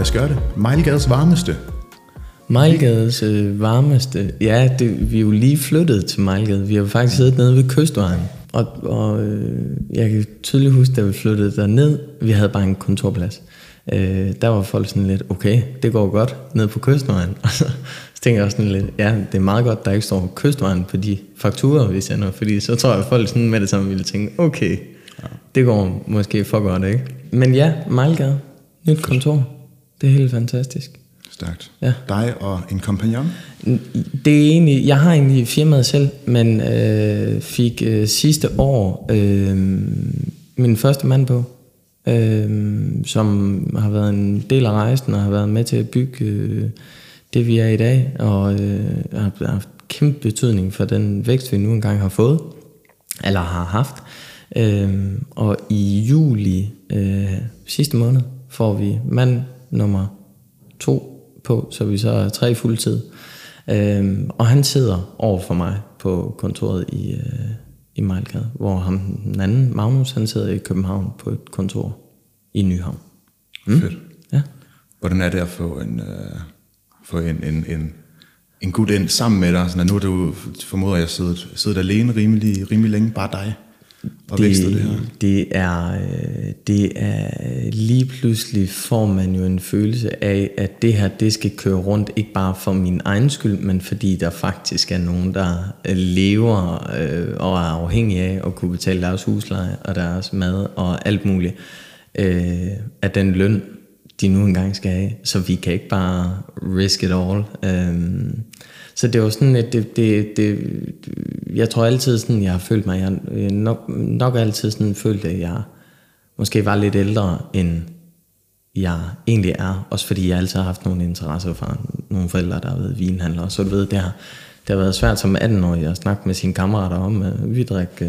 Lad os gøre det. Mejlgades varmeste. Mejlgades varmeste. Ja, vi er jo lige flyttet til Mejlgade. Vi har jo faktisk siddet nede ved Kystvejen. Og jeg kan tydeligt huske, da vi flyttede derned, vi havde bare en kontorplads. Der var folk sådan lidt, okay, det går godt ned på Kystvejen. Og så tænker jeg også sådan lidt, ja, det er meget godt, der ikke står Kystvejen på de fakturer, vi sender. Fordi så tror jeg, at folk sådan med det samme ville tænke, okay, det går måske for godt, ikke? Men ja, Mejlgade, nyt kontor. Det er helt fantastisk. Stærkt. Ja. Dig og en kompagnon? Det er egentlig, jeg har egentlig firmaet selv, men fik sidste år min første mand på, som har været en del af rejsen og har været med til at bygge det, vi er i dag, og har haft kæmpe betydning for den vækst, vi nu engang har fået, eller har haft. Og i juli sidste måned får vi mand nummer 2 på, så vi så er 3 fuldtid. Og han sidder over for mig på kontoret i Mejlgade, hvor ham den anden, Magnus, han sidder i København på et kontor i Nyhavn. Fedt. Ja. Hvordan er det at få en gut ind sammen med dig? Sådan, nu er du, formoder jeg, siddet alene rimelig længe, bare dig, og vækstet det her. Det er lige pludselig får man jo en følelse af, at det her, det skal køre rundt, ikke bare for min egen skyld, men fordi der faktisk er nogen, der lever og er afhængige af at kunne betale deres husleje og deres mad og alt muligt af den løn, de nu engang skal have. Så vi kan ikke bare risk it all. Så det var sådan, at jeg tror altid sådan, jeg har følt mig, jeg nok altid sådan følt, at jeg måske var lidt ældre, end jeg egentlig er. Også fordi jeg altid har haft nogle interesser fra nogle forældre, der har været vinhandlere. Så du ved, det har været svært som 18-årig at snakke med sine kammerater om, at vi drak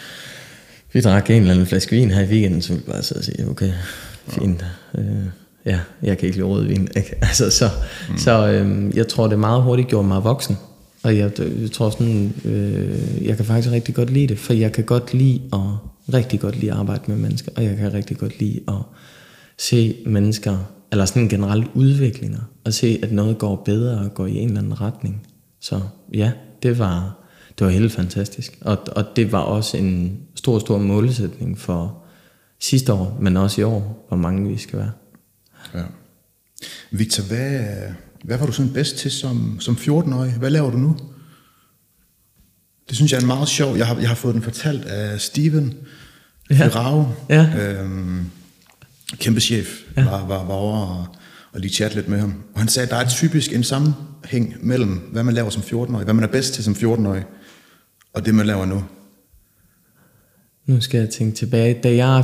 en eller anden flaske vin her i weekenden, så vi bare sidder og siger, okay, fint. Ja, jeg kan ikke lide rødvin, ikke? Altså, så jeg tror, det meget hurtigt gjorde mig voksen. Og jeg tror sådan, jeg kan faktisk rigtig godt lide det, for jeg kan rigtig godt lide at arbejde med mennesker, og jeg kan rigtig godt lide at se mennesker, eller sådan generelt udviklinger, og se, at noget går bedre og går i en eller anden retning. Så ja, det var helt fantastisk. Og det var også en stor målsætning for sidste år, men også i år, hvor mange vi skal være. Ja. Victor, hvad var du sådan bedst til som 14-årig? Hvad laver du nu? Det synes jeg er meget sjovt. Jeg har fået den fortalt af Steven Ferraro. Ja. Kæmpe chef. Ja. Var over og lige chatte lidt med ham. Og han sagde, at der er typisk en sammenhæng mellem, hvad man laver som 14-årig, hvad man er bedst til som 14-årig, og det man laver nu. Nu skal jeg tænke tilbage.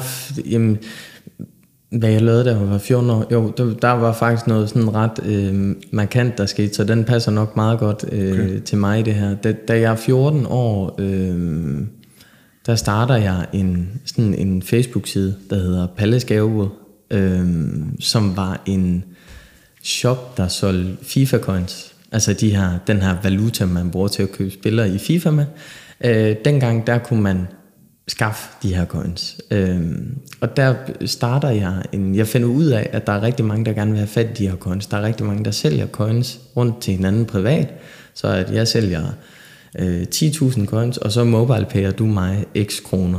Hvad jeg lavede, da jeg var 14 år, jo, der var faktisk noget sådan ret markant, der skete, så den passer nok meget godt til mig, det her. Da jeg er 14 år, der starter jeg en Facebook-side, der hedder Palles Gavebod, som var en shop, der solgte FIFA-coins, altså den her valuta, man bruger til at købe spillere i FIFA med. Dengang, der kunne man skaffe de her coins. Og der starter jeg finder ud af, at der er rigtig mange, der gerne vil have fat i de her coins. Der er rigtig mange, der sælger coins rundt til hinanden privat, så at jeg sælger 10.000 coins, og så mobilepayer du mig x kroner.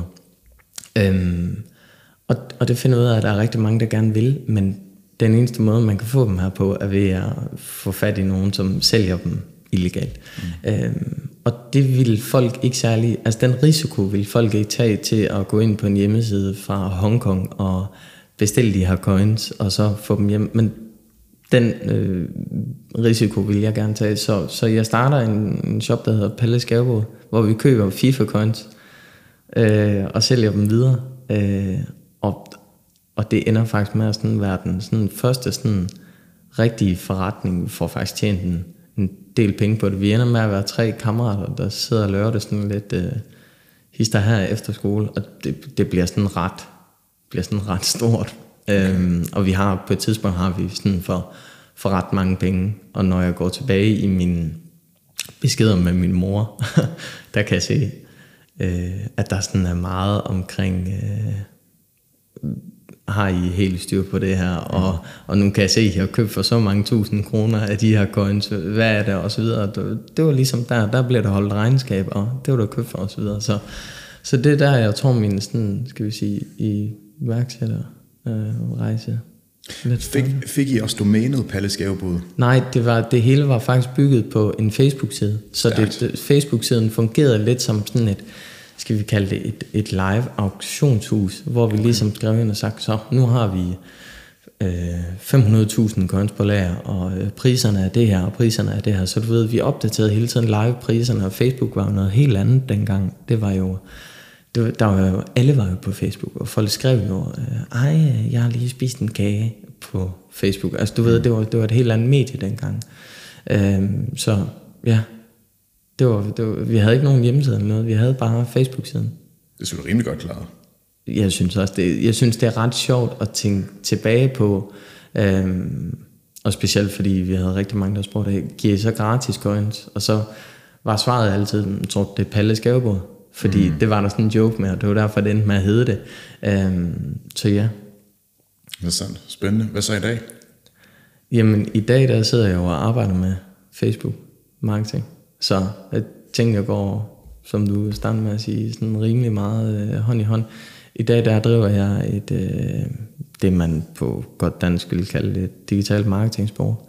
Og det finder ud af, at der er rigtig mange, der gerne vil, men den eneste måde, man kan få dem her på, er ved at få fat i nogen, som sælger dem illegalt. Og det vil folk ikke særlig, altså den risiko vil folk ikke tage til at gå ind på en hjemmeside fra Hongkong og bestille de her coins, og så få dem hjem. Men den risiko vil jeg gerne tage, så jeg starter en shop, der hedder Palles Gavebod, hvor vi køber FIFA coins og sælger dem videre. Og det ender faktisk med at sådan være den sådan første sådan rigtige forretning. Vi får faktisk tjent en del penge på det. Vi ender med at være 3 kammerater, der sidder og laver det sådan lidt hister her efter skole, og det bliver sådan ret stort. Og vi har på et tidspunkt har vi sådan for ret mange penge, og når jeg går tilbage i mine beskeder med min mor, der kan jeg se, at der sådan er meget omkring har I helt styr på det her, og nu kan jeg se, at I har købt for så mange 1000 kroner af de her coins, hvad er det, og så videre. Det var ligesom der blev der holdt regnskab, og det var der købt for, og så videre. Så det er der, jeg tror, min sådan, skal vi sige, iværksætterrejse. Fik I også domænet Palles Gavebod? Nej, det hele var faktisk bygget på en Facebook-side. Så Facebook-siden fungerede lidt som sådan et, skal vi kalde det et live auktionshus, hvor vi ligesom skrev ind og sagt, så nu har vi 500.000 coins på lager, og priserne er det her, og priserne er det her. Så du ved, vi opdaterede hele tiden live priserne, og Facebook var jo noget helt andet dengang. Det var jo, alle var jo på Facebook, og folk skrev jo, jeg har lige spist en kage på Facebook. Altså du ved, det var et helt andet medie dengang. Så ja, vi havde ikke nogen hjemmeside eller noget, vi havde bare Facebook-siden. Det så du rimelig godt klaret. Jeg synes også, det er ret sjovt at tænke tilbage på, og specielt fordi vi havde rigtig mange, der spurgte, giver I så gratis coins? Og så var svaret altid, jeg tror, det er Palles Gavebod, fordi det var der sådan en joke med, og det var derfor, det endte med at hedde det. Så ja. Det er sandt. Spændende. Hvad så i dag? Jamen, i dag der sidder jeg jo og arbejder med Facebook marketing. Så jeg tænker, jeg går, som du startede med at sige, sådan rimelig meget hånd i hånd. I dag der driver jeg det man på godt dansk ville kalde et digitalt marketingspor.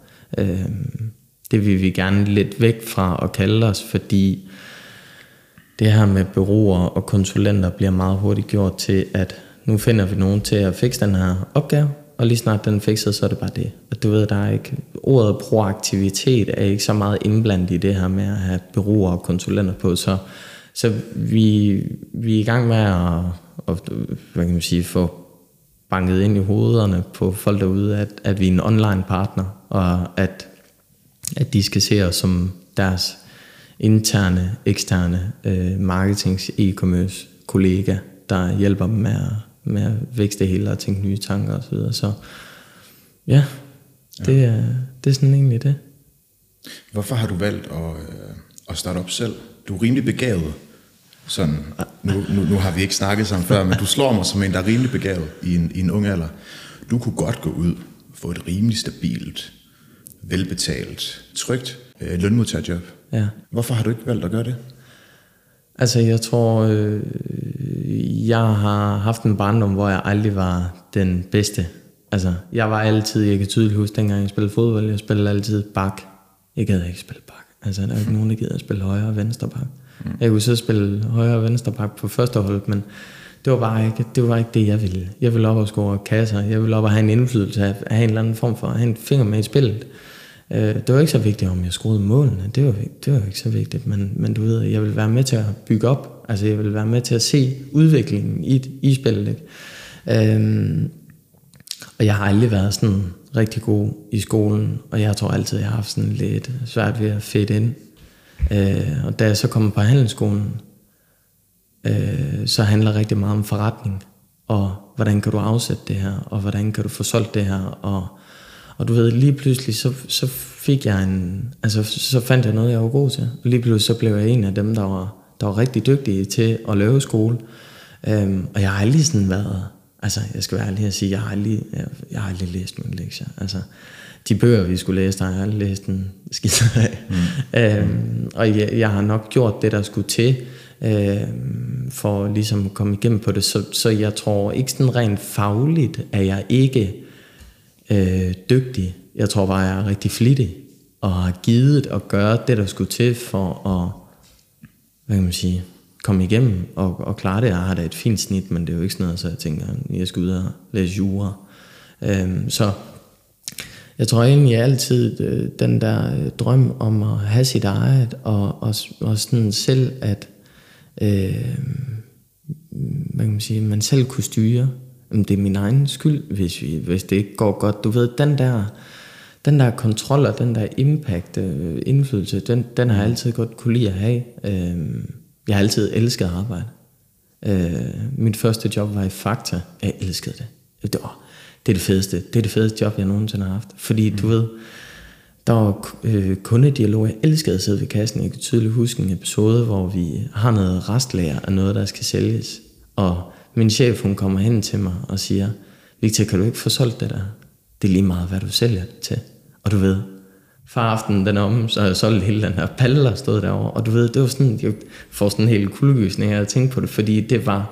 Det vil vi gerne lidt væk fra at kalde os, fordi det her med bureauer og konsulenter bliver meget hurtigt gjort til, at nu finder vi nogen til at fikse den her opgave, og lige snart den fikser, så er det bare det. Og du ved, der er ikke, ordet proaktivitet er ikke så meget indblandet i det her med at have bureauer og konsulenter på, så vi er i gang med at hvad kan man sige, få banket ind i hovederne på folk derude, at vi er en online partner, og at de skal se os som deres interne, eksterne marketings e-commerce kollega, der hjælper dem med at vækste det hele og tænke nye tanker og så videre. Så ja, det er sådan egentlig det. Hvorfor har du valgt at starte op selv? Du er rimelig begavet. Sådan, nu har vi ikke snakket sammen før, men du slår mig som en, der er rimelig begavet i en ung alder. Du kunne godt gå ud og få et rimelig stabilt, velbetalt, trygt lønmodtagerjob. Ja. Hvorfor har du ikke valgt at gøre det? Altså jeg tror, jeg har haft en barndom, hvor jeg aldrig var den bedste. Altså jeg var altid, jeg kan tydeligt huske, dengang jeg spillede fodbold, jeg spillede altid bak. Jeg gad ikke spille bak. Altså der er ikke nogen, der gider at spille højre og venstre bak. Jeg kunne så spille højre og venstre bak på første hold, men det var ikke det, jeg ville. Jeg ville op og score kasser. Jeg ville op og have en indflydelse, have en eller anden form for at have en finger med i spillet. Det var ikke så vigtigt, om jeg scorede målene. Det var ikke så vigtigt, men du ved, jeg ville være med til at bygge op. Altså jeg ville være med til at se udviklingen i spillet. Ikke? Og jeg har aldrig været sådan rigtig god i skolen, og jeg tror altid, jeg har haft sådan lidt svært ved at fedte ind. Og da jeg så kommer på handelsskolen, så handler rigtig meget om forretning, og hvordan kan du afsætte det her, og hvordan kan du få solgt det her, og du ved, lige pludselig så fik jeg så fandt jeg noget, jeg var god til, og lige pludselig så blev jeg en af dem, der var rigtig dygtige til at lave skole, og jeg har aldrig sådan været, altså jeg skal være ærlig at sige, jeg har aldrig læst mine lektier, altså de bøger, vi skulle læse, der har jeg aldrig læst en skidt af. Og jeg har nok gjort det, der skulle til, for ligesom at komme igennem på det. Så jeg tror ikke sådan rent fagligt, at jeg ikke dygtig. Jeg tror bare, jeg er rigtig flittig, og har givet at gøre det, der skulle til for at, hvad kan man sige, komme igennem og klare det. Jeg har da et fint snit, men det er jo ikke sådan noget, så jeg tænker, jeg skal ud og læse jura. Så jeg tror egentlig altid, den der drøm om at have sit eget, og sådan selv, at hvad kan man sige, man selv kunne styre. Det er min egen skyld, hvis det ikke går godt. Du ved, den der kontrol og den der impact, indflydelse, den har jeg altid godt kunne lide at have. Jeg har altid elsket at arbejde. Mit første job var i Fakta. Jeg elskede det. Det er det fedeste job, jeg nogensinde har haft. Fordi du ved, der var kundedialog. Jeg elskede at sidde ved kassen. Jeg kan tydeligt huske en episode, hvor vi har noget restlager af noget, der skal sælges. Og min chef, hun kommer hen til mig og siger, Victor, kan du ikke få solgt det der? Det er lige meget, hvad du sælger det til. Og du ved, fra aftenen den om, så har jeg solgt hele den her palle, der stod derovre. Og du ved, det var sådan, jeg får sådan en helt kuldegysning af at tænke på det, fordi det var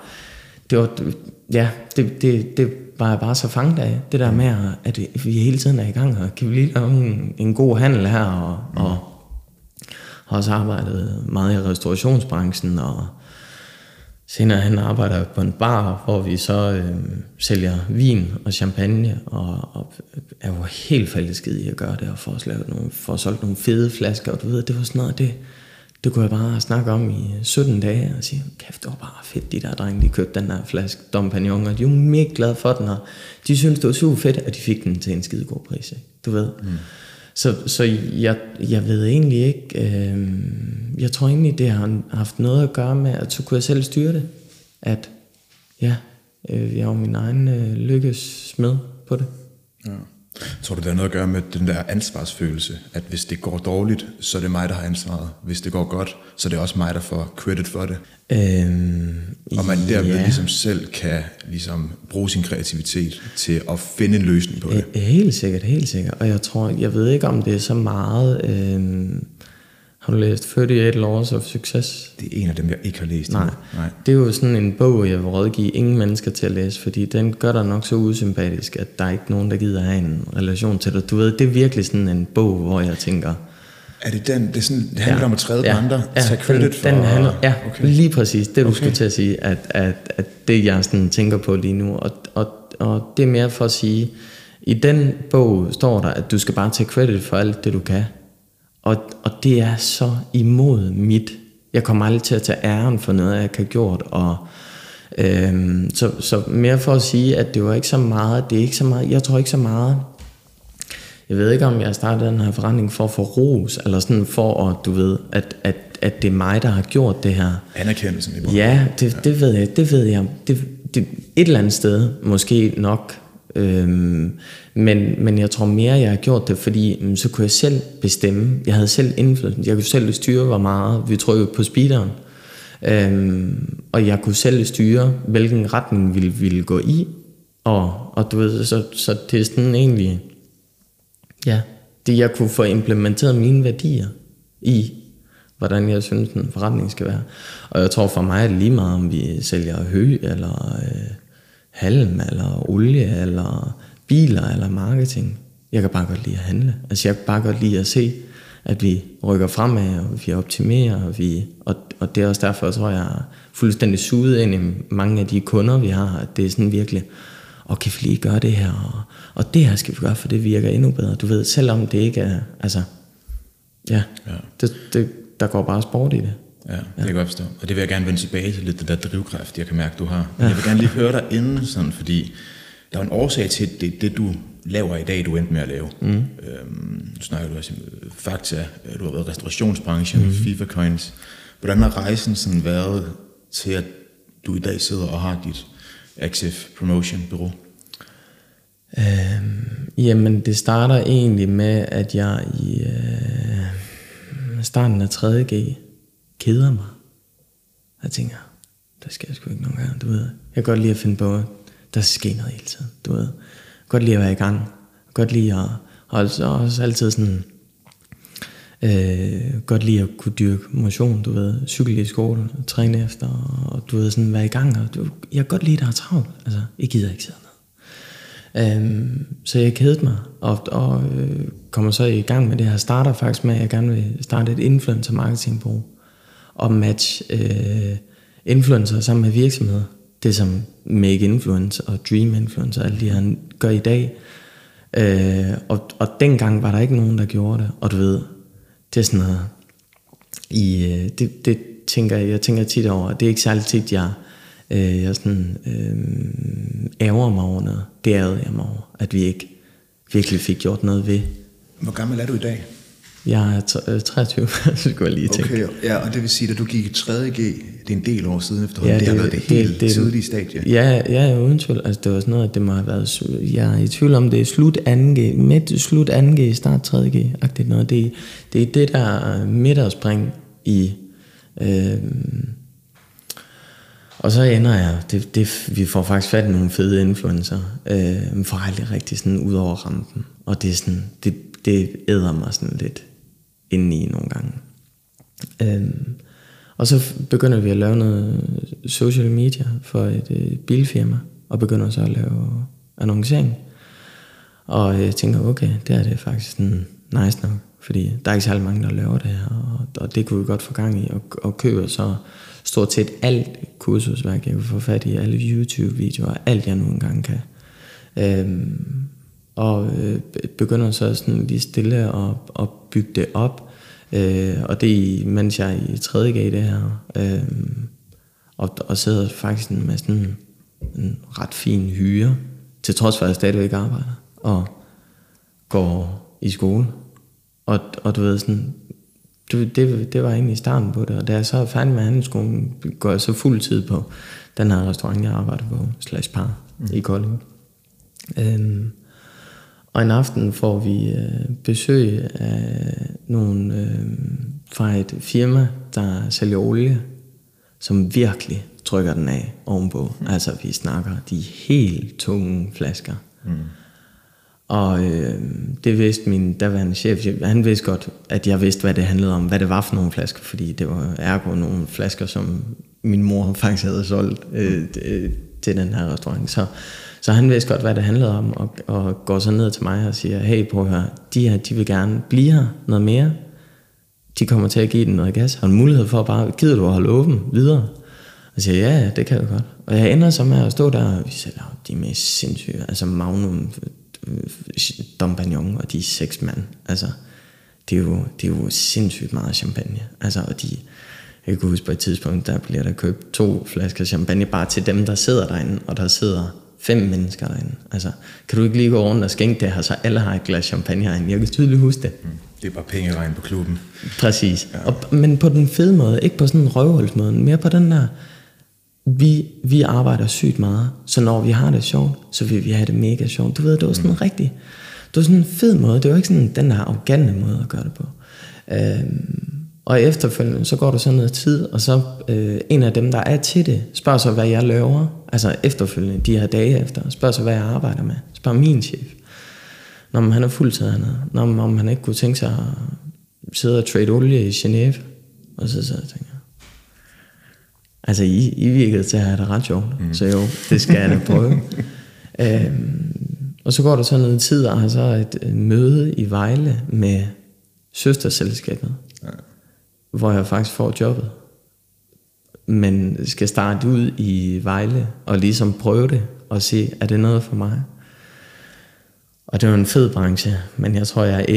jeg bare så fanget af. Det der med, at vi hele tiden er i gang, og kan vi lige lave en god handel her, og har også arbejdet meget i restaurationsbranchen, og senere han arbejder på en bar, hvor vi så sælger vin og champagne, og er jo helt forelsket i at gøre det, og får solgt nogle fede flasker, og du ved, det var sådan noget, det kunne jeg bare snakke om i 17 dage, og sige, kæft, det var bare fedt, de der drenge, de købte den der flaske Dom Pignon, og de var mega glade for den, og de syntes, det var super fedt, at de fik den til en skide god pris, ikke? Du ved. Så jeg ved egentlig ikke, jeg tror egentlig, det har haft noget at gøre med, at så kunne jeg selv styre det, at jeg var min egen lykkesmed på det. Ja. Tror du, det har noget at gøre med den der ansvarsfølelse, at hvis det går dårligt, så er det mig, der har ansvaret. Hvis det går godt, så er det også mig, der får credit for det. Og man derved ligesom selv kan ligesom bruge sin kreativitet til at finde en løsning på det. Helt sikkert. Og jeg ved ikke, om det er så meget... Har du læst 38 Laws of Success? Det er en af dem, jeg ikke har læst. Nej. Det er jo sådan en bog, jeg vil rådgive ingen mennesker til at læse, fordi den gør dig nok så usympatisk, at der er ikke nogen, der gider have en relation til dig. Du ved, det er virkelig sådan en bog, hvor jeg tænker... Er det den? Det handler om at træde på andre? Tage credit for... Okay. Lige præcis. Det du skulle til at sige, at det jeg sådan tænker på lige nu. Og det er mere for at sige, i den bog står der, at du skal bare tage credit for alt det, du kan. Og det er så imod mit. Jeg kommer aldrig til at tage æren for noget, jeg har gjort. Og, så mere for at sige, at det var ikke så meget. Det er ikke så meget. Jeg tror ikke så meget. Jeg ved ikke, om jeg startede den her forretning for at få ros, eller sådan for at, du ved, at det er mig, der har gjort det her. Anerkendelsen i bogen. Ja, det ved jeg. Det et eller andet sted, måske nok. Men jeg tror mere, jeg har gjort det, fordi så kunne jeg selv bestemme. Jeg havde selv indflydelse. Jeg kunne selv styre, hvor meget vi trykkede på speederen. Og jeg kunne selv styre, hvilken retning vi ville gå i. Og du ved, så det er sådan egentlig... Ja, det jeg kunne få implementeret mine værdier i, hvordan jeg synes, en forretning skal være. Og jeg tror for mig, at lige meget om vi sælger hø, eller halm, eller olie, eller biler, eller marketing. Jeg kan bare godt lide at handle. Altså jeg kan bare godt lide at se, at vi rykker fremad, og vi optimerer, og det er også derfor, tror jeg er fuldstændig suget ind i mange af de kunder, vi har, at det er sådan virkelig... Og kan vi lige gøre det her, og det her skal vi gøre, for det virker endnu bedre. Du ved, selvom det ikke er, altså, der går bare sport i det. Ja, det kan jeg godt forstå. Og det vil jeg gerne vende tilbage til lidt, det der drivkraft, jeg kan mærke, du har. Men jeg vil gerne lige høre dig inden, sådan, fordi der er en årsag til, det du laver i dag, du endte med at lave. Nu snakker du også om Fakta, du har været i restaurationsbranchen, FIFA Coins. Hvordan har rejsen sådan været til, at du i dag sidder og har dit Active Promotion Bureau? Jamen det starter egentlig med, at jeg i starten af 3.G keder mig. Jeg tænker, der skal jeg sgu ikke nogen gang, du ved. Jeg kan godt lide at finde på, der skal ske noget hele tiden, du ved. Jeg kan godt lide at være i gang. Jeg kan godt lide at også altid sådan godt lide at kunne dyrke motion, du ved, cykle i skolen, træne efter, og du ved, sådan være i gang, og jeg kan godt lide, der er travlt, altså, jeg gider ikke sidde ned. Så jeg kedede mig, og kommer så i gang med det her, starter faktisk med, at jeg gerne vil starte et influencer marketingbureau, og match influencer sammen med virksomheder, det som Make Influence og Dream Influence, alle de her gør i dag, og dengang var der ikke nogen, der gjorde det, og du ved, det er sådan noget, det tænker jeg tænker tit over, det er ikke særlig tit, jeg sådan ærger mig over noget. Det ærgede jeg mig over, at vi ikke virkelig fik gjort noget ved. Hvor gammel er du i dag? Jeg er 23, så skulle jeg lige tænke. Okay, ja, og det vil sige, at du gik i 3.G, det er en del år siden efterhånden, ja, det har været det helt tidlige stadie. Ja, uden tvivl. Altså, det var sådan noget, at det må have været, jeg er i tvivl om, det er slut 2G, midt slut 2G, start 3.G-agtigt noget. Det er det der midterspring i... Og så ender jeg, vi får faktisk fat i nogle fede influencer, men får aldrig rigtig sådan ud over rampen. Og det er sådan, det æder mig sådan lidt indeni nogle gange. Og så begynder vi at lave noget social media for et bilfirma, og begynder så at lave annoncering. Og jeg tænker, okay, det er faktisk sådan nice nok, fordi der er ikke særlig mange, der laver det her, og det kunne vi godt få gang i, og køber så stort set alt kursusværk, jeg kan få fat i, alle YouTube-videoer, alt jeg nu engang kan. Begynder så sådan lige stille at bygge det op, og det er mens jeg er i 3.G det her, og sidder faktisk med sådan en ret fin hyre, til trods for at jeg stadigvæk arbejder, og går i skole, og du ved sådan, det var egentlig starten på det, og da jeg så er færdig med handelsskolen, går jeg så fuld tid på den her restaurant, jeg arbejder på, /par i Kolding. Og en aften får vi besøg af nogle fra et firma, der sælger olie, som virkelig trykker den af ovenpå. Altså vi snakker de helt tunge flasker. Og det vidste min daværende chef. Han vidste godt, at jeg vidste, hvad det handlede om, hvad det var for nogle flasker, fordi det var ergo nogle flasker, som min mor faktisk havde solgt til den her restaurant. Så han vidste godt, hvad det handlede om, og går så ned til mig og siger, hey, prøv at høre, de vil gerne blive her noget mere. De kommer til at give den noget gas. Har du mulighed for at bare, gider du at holde åben videre? Og siger, ja, det kan jeg godt. Og jeg ender så med at stå der, og vi sælger de mest sindssyge, altså Magnum, Dom Pignon, og de 6 mand. Altså, det er jo sindssygt meget champagne. Altså, og jeg kan huske på et tidspunkt, der bliver der købt 2 flasker champagne bare til dem, der sidder derinde, og der sidder 5 mennesker derinde. Altså, kan du ikke lige gå rundt og skænke det her, så alle har et glas champagne herinde? Jeg kan tydeligt huske det. Det er bare pengeregn på klubben. Præcis. Ja. Men på den fede måde, ikke på sådan en røvhulsmåde, mere på den der, vi arbejder sygt meget, så når vi har det sjovt, så vil vi have det mega sjovt. Du ved, det var sådan rigtig, det var sådan en fed måde, det var ikke sådan den der arrogante måde at gøre det på. Og efterfølgende, så går der sådan noget tid, og så en af dem, der er til det, spørger så, hvad jeg laver, altså efterfølgende, de her dage efter, spørger så, hvad jeg arbejder med, spørger min chef, når han er fuldtid hernede, om han ikke kunne tænke sig at sidde og trade olie i Genève, og så sidder jeg og tænker, altså I virkede til at have det ret sjovt, så jo, det skal jeg da prøve. Og så går der så noget tid, og har så et møde i Vejle med søsterselskabet, hvor jeg faktisk får jobbet, men skal starte ud i Vejle og ligesom prøve det og se, er det noget for mig? Og det var en fed branche, men jeg tror jeg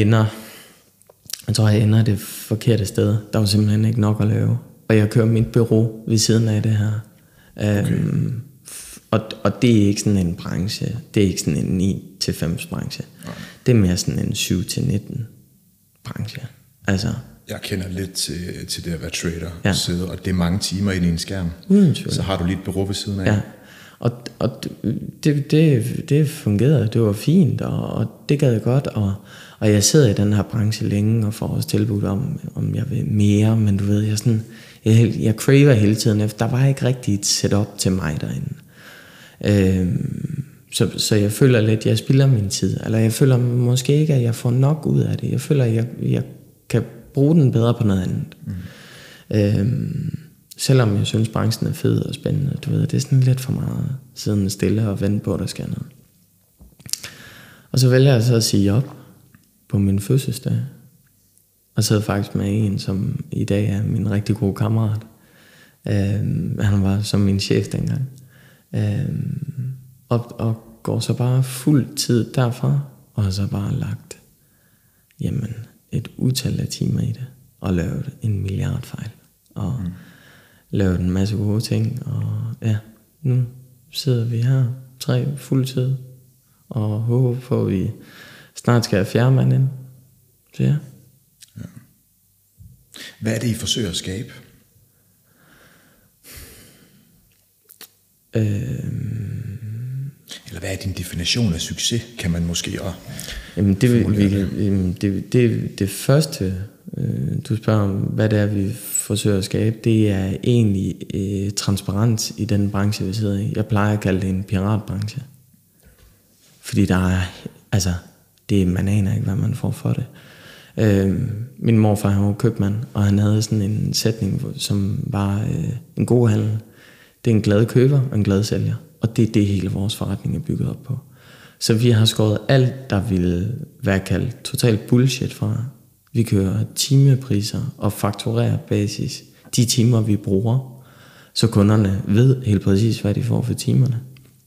ender det forkerte sted. Der var simpelthen ikke nok at lave, og jeg kører mit bureau ved siden af det her. Okay. Og det er ikke sådan en branche, det er ikke sådan en 9-5 branche. Nej. Det er mere sådan en 7-19 branche. Altså, jeg kender lidt til det at være trader, sidde, og det er mange timer ind i en skærm. Så har du lige et bureau ved siden af. Ja. Og det fungerede, det var fint, og det gad jeg godt, og jeg sidder i den her branche længe, og får også tilbudt om jeg vil mere, men du ved, jeg craver hele tiden efter, der var ikke rigtig et setup til mig derinde. Så jeg føler lidt, jeg spilder min tid, eller jeg føler måske ikke, at jeg får nok ud af det. Jeg føler, at jeg kan bruge den bedre på noget andet. Selvom jeg synes, branchen er fed og spændende, du ved, det er sådan lidt for meget siden stille og vente på, at der skal noget. Og så vælger jeg så at sige op på min fødselsdag, og sidder faktisk med en, som i dag er min rigtig gode kammerat. Han var som min chef dengang. Og går så bare fuld tid derfra, og har så bare lagt et utal af timer i det, og lavet en milliard fejl, og lavet en masse gode ting, og ja, nu sidder vi her 3 fuldtid, og håber på, at vi snart skal have 4. mand ind. Så ja. Hvad er det, I forsøger at skabe? Eller hvad er din definition af succes, kan man måske også? Jamen det første, du spørger om, hvad det er, vi forsøger at skabe, det er egentlig transparens i den branche, vi sidder i. Jeg plejer at kalde det en piratbranche. Fordi der er, altså, man aner ikke, hvad man får for det. Min morfar, han var købmand, og han havde sådan en sætning, som var en god handel. Det er en glad køber og en glad sælger. Og det er det, hele vores forretning er bygget op på. Så vi har skåret alt, der ville være kaldt totalt bullshit fra. Vi kører timepriser og fakturerer basis de timer, vi bruger, så kunderne ved helt præcis, hvad de får for timerne.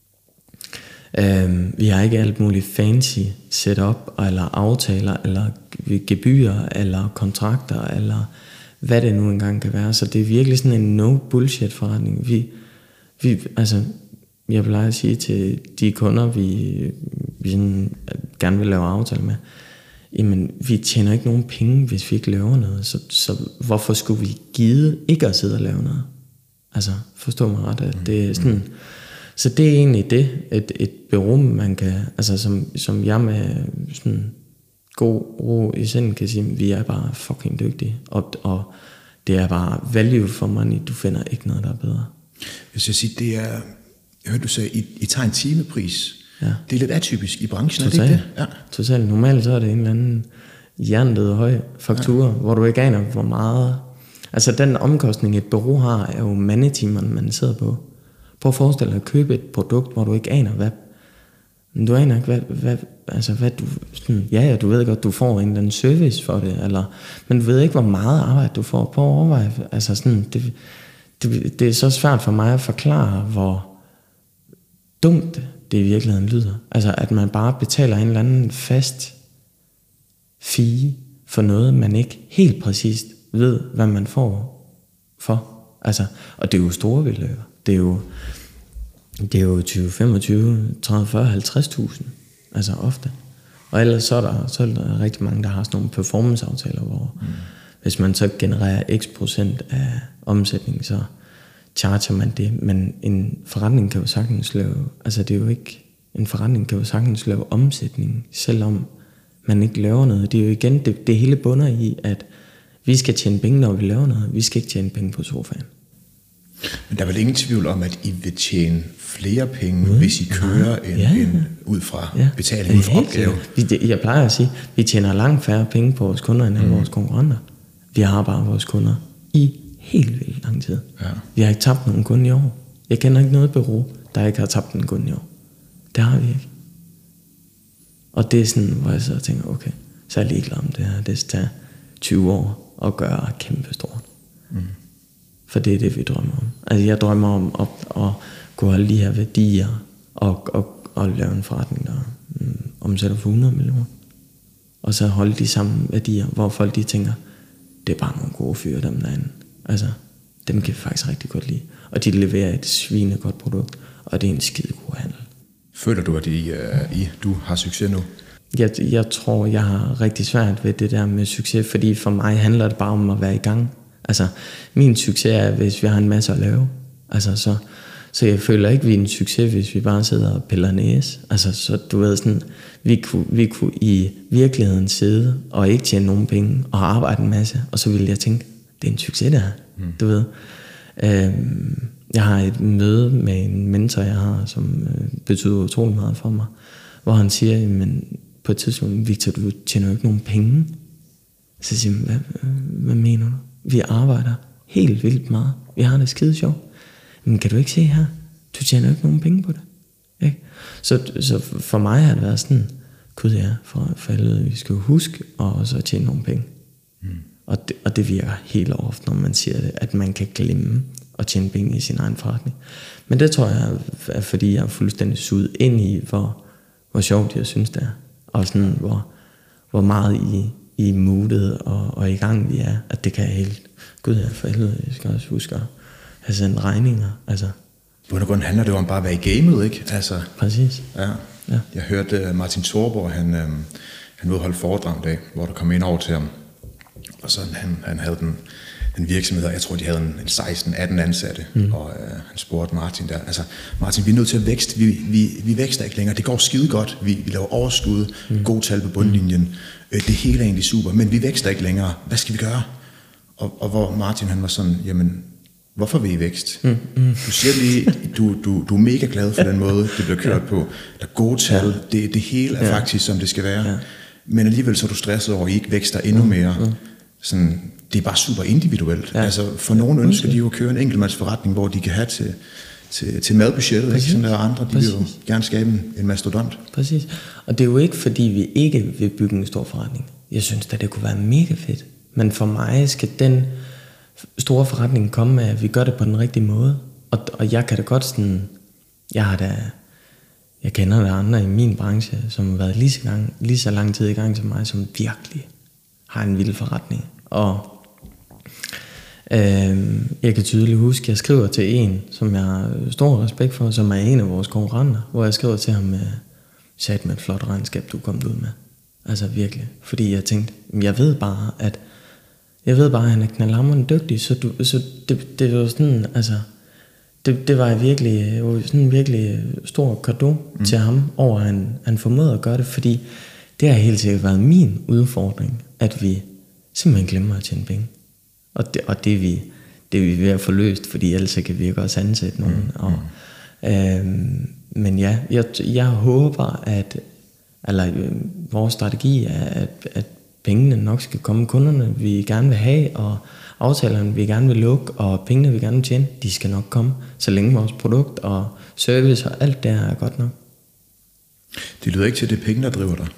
Vi har ikke alt muligt fancy setup, eller aftaler, eller gebyrer, eller kontrakter, eller hvad det nu engang kan være. Så det er virkelig sådan en no-bullshit forretning. Altså, jeg plejer at sige til de kunder, vi sådan gerne vil lave aftale med, jamen, vi tjener ikke nogen penge, hvis vi ikke laver noget. Så hvorfor skulle vi gide ikke at sidde og lave noget? Altså, forstå mig ret, at det er sådan. Så det er egentlig det, et bureau, man kan, altså som jeg med sådan god ro i sind kan sige, vi er bare fucking dygtige, og det er bare value for money, du finder ikke noget, der er bedre. Hvis jeg siger, det er, jeg hørte du sagde, I tager en timepris. Ja. Det er lidt atypisk i branchen, Total. Er det ikke det? Ja. Totalt. Normalt så er det en eller anden hjernedød høj faktura, hvor du ikke aner, hvor meget. Altså den omkostning, et bureau har, er jo mandetimerne, man sidder på. Prøv at forestille dig at købe et produkt, hvor du ikke aner, hvad. Du aner ikke, hvad du. Sådan, ja, du ved godt, du får en eller anden service for det, men du ved ikke, hvor meget arbejde du får. På at overveje. Altså sådan, det er så svært for mig at forklare, hvor dumt det i virkeligheden lyder. Altså, at man bare betaler en eller anden fast fee for noget, man ikke helt præcist ved, hvad man får for. Altså, og det er jo store beløb. Det er jo 20, 25, 30, 40, 50.000. Altså ofte. Og ellers så er der rigtig mange, der har sådan nogle performanceaftaler, hvor hvis man så genererer x procent af omsætning, så charger man det. Men en forretning kan jo sagtens lave, altså det er jo ikke, en forretning kan jo sagtens lave omsætning, selvom man ikke laver noget. Det er jo igen, det hele bunder i, at vi skal tjene penge, når vi laver noget. Vi skal ikke tjene penge på sofaen. Men der er vel ingen tvivl om, at I vil tjene flere penge, hvis I kører end ud fra betaling, ud fra opgave. Jeg plejer at sige, at vi tjener langt færre penge på vores kunder, end vores konkurrenter. Vi har bare vores kunder i helt vildt lang tid. Ja. Vi har ikke tabt nogen kunde i år. Jeg kender ikke noget bureau, der ikke har tabt en kunde i år. Det har vi ikke. Og det er sådan, hvor jeg så tænker, okay, så er jeg ligeglad om det her. Det skal tage 20 år at gøre kæmpe stort. For det er det, vi drømmer om. Altså jeg drømmer om at kunne holde de her værdier og lave en forretning, der omsætter for 100 millioner. Og så holde de samme værdier, hvor folk de tænker, det er bare nogle gode fyre, dem derinde. Altså, dem kan vi faktisk rigtig godt lide. Og de leverer et svinegodt produkt, og det er en skide god handel. Føler du, at du har succes nu? Jeg tror, jeg har rigtig svært ved det der med succes, fordi for mig handler det bare om at være i gang. Altså, min succes er, hvis vi har en masse at lave. Altså, så jeg føler ikke, vi er en succes, hvis vi bare sidder og piller næse. Altså, så du ved sådan, vi kunne i virkeligheden sidde og ikke tjene nogen penge og arbejde en masse, og så ville jeg tænke, det er en succes det her, du ved. Jeg har et møde med en mentor, jeg har, som betyder utrolig meget for mig, hvor han siger, men på et tidspunkt, Victor, du tjener jo ikke nogen penge. Så siger jeg, hvad mener du? Vi arbejder helt vildt meget. Vi har det skide sjovt. Men kan du ikke se her? Du tjener jo ikke nogen penge på det. Ikke? Så for mig har det været sådan, gud ja, for helvede, vi skal jo huske og så tjene nogle penge. Og det virker helt ofte, når man siger det, at man kan glemme at tjene penge i sin egen forretning. Men det tror jeg er, fordi jeg er fuldstændig suget ind i, hvor sjovt jeg synes det er. Og sådan, hvor meget i moodet og i gang vi er, at det kan jeg helt, gud ja, for helvede, jeg skal også huske at have sendt regninger, altså. På grund handler det om bare at være i gamet, ikke? Altså, præcis. Ja. Jeg hørte Martin Thorborg, han ville holde foredrag en dag, hvor der kom en over til ham, og så han havde den virksomhed, jeg tror de havde en 16-18 ansatte, og han spurgte Martin der, altså Martin, vi er nødt til at vækste, vi vækster ikke længere, det går skide godt, vi laver overskud, gode tal på bundlinjen, det hele er egentlig super, men vi vækster ikke længere, hvad skal vi gøre? Og hvor Martin han var sådan, jamen, hvorfor er vi i vækst? Du siger lige, du er mega glad for den måde, det bliver kørt på. Der er gode tal, det hele er faktisk, som det skal være. Ja. Men alligevel så er du stresset over, at I ikke vækster endnu mere. Sådan, det er bare super individuelt. Ja. Altså, for nogle ønsker de jo at køre en enkeltmandsforretning, hvor de kan have til madbudgettet, ikke? Sådan der andre, de vil jo gerne skabe en mastodont. Præcis. Og det er jo ikke, fordi vi ikke vil bygge en stor forretning. Jeg synes da, det kunne være mega fedt. Men for mig skal den store forretning komme med, at vi gør det på den rigtige måde. Og jeg kan da godt sådan... Jeg kender der andre i min branche, som har været lige så lang tid i gang som mig, som virkelig har en vild forretning. Og jeg kan tydeligt huske, at jeg skriver til en, som jeg har stor respekt for, som er en af vores konkurrenter, hvor jeg skriver til ham, sat med et flot regnskab, du er kommet ud med. Altså virkelig. Fordi jeg tænkte, jeg ved bare, at han er knaldhamrende dygtig, så det var sådan, altså, det var virkelig sådan en virkelig stor cadeau til ham, over at han formåede at gøre det, fordi det har helt sikkert været min udfordring, at vi simpelthen glemmer at tjene penge. Og det er vi ved at få løst, fordi ellers kan vi ikke også ansætte nogen. Men ja, jeg håber, vores strategi er, at pengene nok skal komme, kunderne vi gerne vil have, og aftalerne vi gerne vil lukke, og pengene vi gerne vil tjene, de skal nok komme, så længe vores produkt og service og alt det er godt nok. Det lyder ikke til, at det er penge, der driver dig.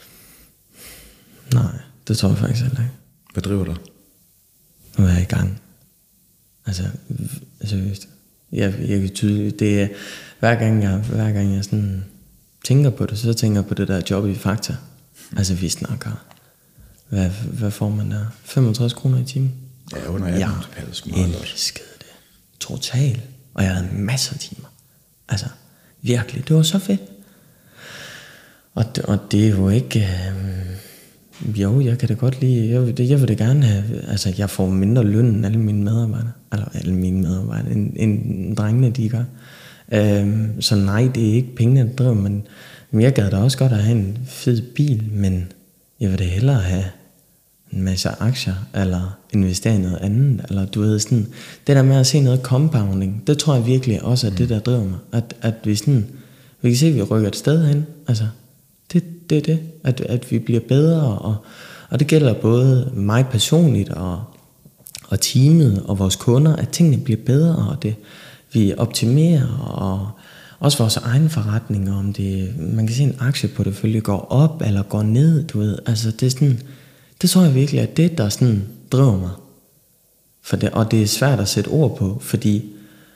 Nej, det tror jeg faktisk heller ikke. Hvad driver dig? Nu er jeg i gang. Altså seriøst. Jeg kan tydeligt, det er hver gang jeg sådan tænker på det, så tænker jeg på det der job i Fakta. Altså vi snakker, hvad får man der? 65 kroner i timen? Ja, under 18. Jeg elskede det. Totalt. Og jeg havde masser af timer. Altså virkelig, det var så fedt. Og det er jo ikke... Jo, jeg kan da godt lide, jeg vil da gerne have, altså jeg får mindre løn end alle mine medarbejdere, end drengene de gør. Så nej, det er ikke pengene, der driver, men jeg gad da også godt at have en fed bil, men jeg vil da hellere have en masse aktier, eller investere i noget andet, eller du ved sådan, det der med at se noget compounding, det tror jeg virkelig også er det, der driver mig, at vi sådan, vi kan se, at vi rykker et sted hen, altså, det er det, at vi bliver bedre, og det gælder både mig personligt, og teamet, og vores kunder, at tingene bliver bedre, og det, vi optimerer, og også vores egen forretninger, om det, man kan se en aktieportefølje går op, eller går ned, du ved, altså det er sådan, det tror jeg virkelig, at det, der sådan driver mig, og det er svært at sætte ord på, fordi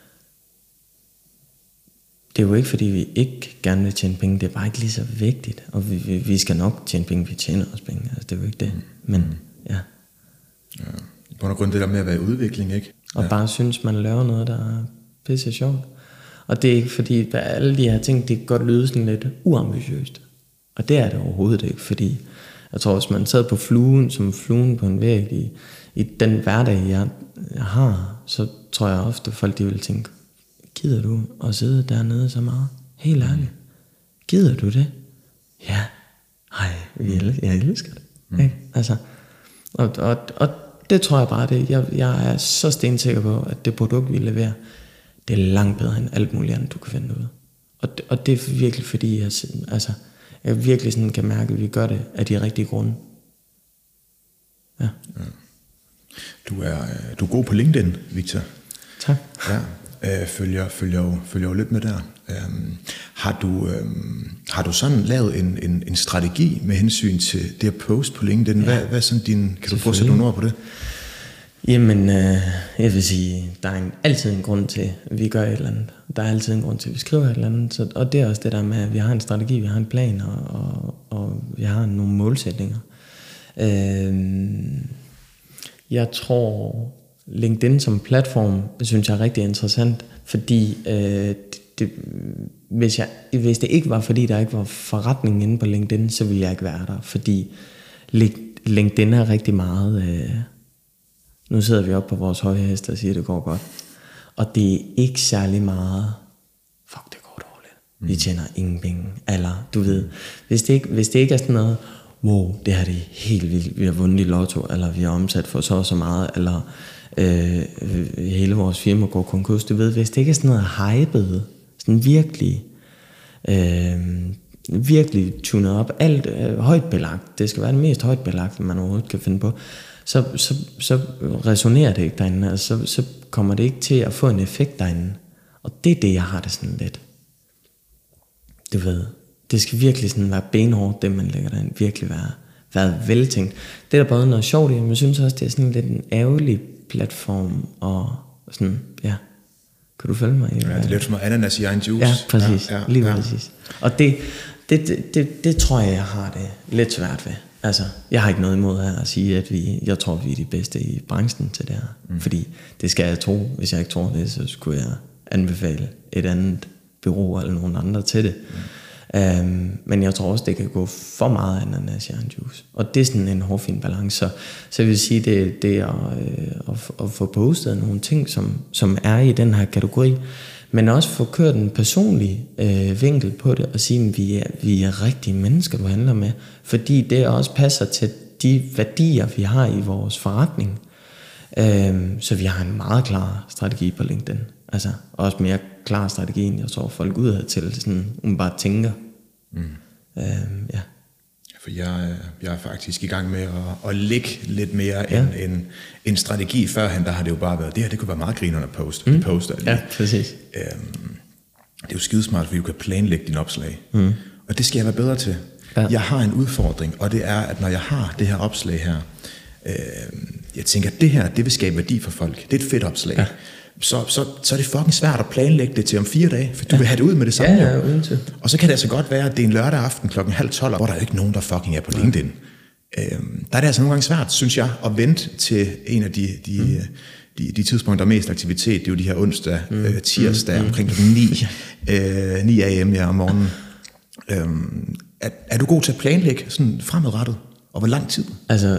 det er jo ikke, fordi vi ikke gerne vil tjene penge. Det er bare ikke lige så vigtigt. Og vi skal nok tjene penge. Vi tjener også penge. Altså, det er jo ikke det. Men ja. I bund og grund det der med at være i udvikling, ikke? Og bare synes, man laver noget, der er pisse sjovt. Og det er ikke fordi, alle de her ting, det kan godt lyde sådan lidt uambitiøst. Og det er det overhovedet ikke. Fordi jeg tror, hvis man sad på som fluen på en væg i den hverdag, jeg har, så tror jeg ofte, folk de vil tænke, gider du at sidde dernede så meget? Helt ærligt. Gider du det? Ja. Ej, jeg elsker det. Ikke? Altså, og det tror jeg bare, det. Jeg er så stensikker på, at det produkt, vi leverer, det er langt bedre end alt muligt andet, du kan finde ud. Og det er virkelig fordi, jeg virkelig sådan kan mærke, at vi gør det af de rigtige grunde. Ja. Du er god på LinkedIn, Victor. Tak. Ja. Følger jo lidt med der. Har du sådan lavet en strategi med hensyn til det at post på LinkedIn? Ja. Hvad er sådan kan du prøve at sætte nogle ord på det? Jamen, jeg vil sige, der er altid en grund til, at vi gør et eller andet. Der er altid en grund til, at vi skriver et eller andet. Og det er også det der med, at vi har en strategi, vi har en plan, og vi har nogle målsætninger. Jeg tror... LinkedIn som platform, synes jeg er rigtig interessant, fordi hvis det ikke var, fordi der ikke var forretning inde på LinkedIn, så ville jeg ikke være der, fordi LinkedIn er rigtig meget, nu sidder vi oppe på vores høje hest og siger, at det går godt, og det er ikke særlig meget, det går dårligt, vi tjener ingen penge, eller du ved, hvis det ikke er sådan noget, wow, det her det er helt vildt, vi har vundet i lotto, eller vi har omsat for så og så meget, eller hele vores firma går konkurs. Du ved, hvis det ikke er sådan noget hypet, sådan virkelig tunet op, alt højt belagt, det skal være det mest højt belagt, man overhovedet kan finde på, så resonerer det ikke derinde, altså, så kommer det ikke til at få en effekt derinde. Og det er det, jeg har det sådan lidt. Du ved, det skal virkelig sådan være benhårdt, det man lægger derinde, virkelig være veltænkt. Det er der både noget sjovt i, men jeg synes også, det er sådan lidt en ærgerlig platform, og sådan, ja. Kan du følge mig? Ja, det er lidt som ananas i egen juice. Ja, præcis. Ja, lige præcis. Og det tror jeg har det lidt svært ved. Altså, jeg har ikke noget imod her at sige, at jeg tror, vi er de bedste i branchen til det her. Fordi det skal jeg tro. Hvis jeg ikke tror det, så skulle jeg anbefale et andet bureau eller nogen andre til det. Men jeg tror også, det kan gå for meget ananas i egen juice. Og det er sådan en hårfin balance. Så jeg vil sige, det er at få postet nogle ting, som er i den her kategori, men også få kørt en personlig vinkel på det, og sige, at vi er rigtige mennesker, du handler med. Fordi det også passer til de værdier, vi har i vores forretning. Så vi har en meget klar strategi på LinkedIn. Altså også mere klar strategi, end jeg tror folk udad til, sådan bare tænker. Ja. For jeg er faktisk i gang med at lægge lidt mere end en strategi. Førhen, der har det jo bare været, det her det kunne være meget grinerende at poste. Vi poster lige. Ja, præcis. Det er jo skidesmart, fordi du kan planlægge din opslag. Og det skal jeg være bedre til. Ja. Jeg har en udfordring, og det er, at når jeg har det her opslag her, jeg tænker, at det her, det vil skabe værdi for folk. Det er et fedt opslag. Ja. Så er det fucking svært at planlægge det til om 4 dage, for du vil have det ud med det samme. Ja, uden til. Og så kan det altså godt være, at det er en lørdag aften 11:30, hvor der er ikke nogen, der fucking er på LinkedIn. Der er det altså nogle gange svært, synes jeg, at vente til en af de tidspunkter, der er mest aktivitet. Det er jo de her onsdag, tirsdag, omkring 9 am om morgenen. Er du god til at planlægge sådan fremadrettet? Og hvor lang tid? Altså,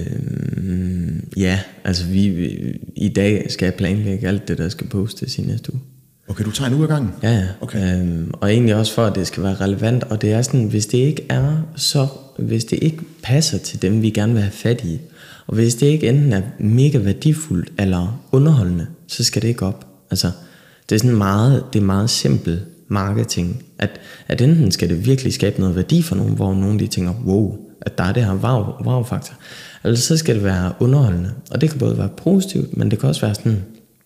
ja, altså i dag skal jeg planlægge alt det, der skal postes i næste uge. Okay, du tager en uge ad gangen? Ja, okay. Og egentlig også for, at det skal være relevant, og det er sådan, hvis det ikke passer til dem, vi gerne vil have fat i, og hvis det ikke enten er mega værdifuldt eller underholdende, så skal det ikke op. Altså, det er sådan meget simpel marketing, at enten skal det virkelig skabe noget værdi for nogen, hvor nogen de tænker, wow, at der er det her wow-faktor. Eller så skal det være underholdende. Og det kan både være positivt, men det kan også være sådan,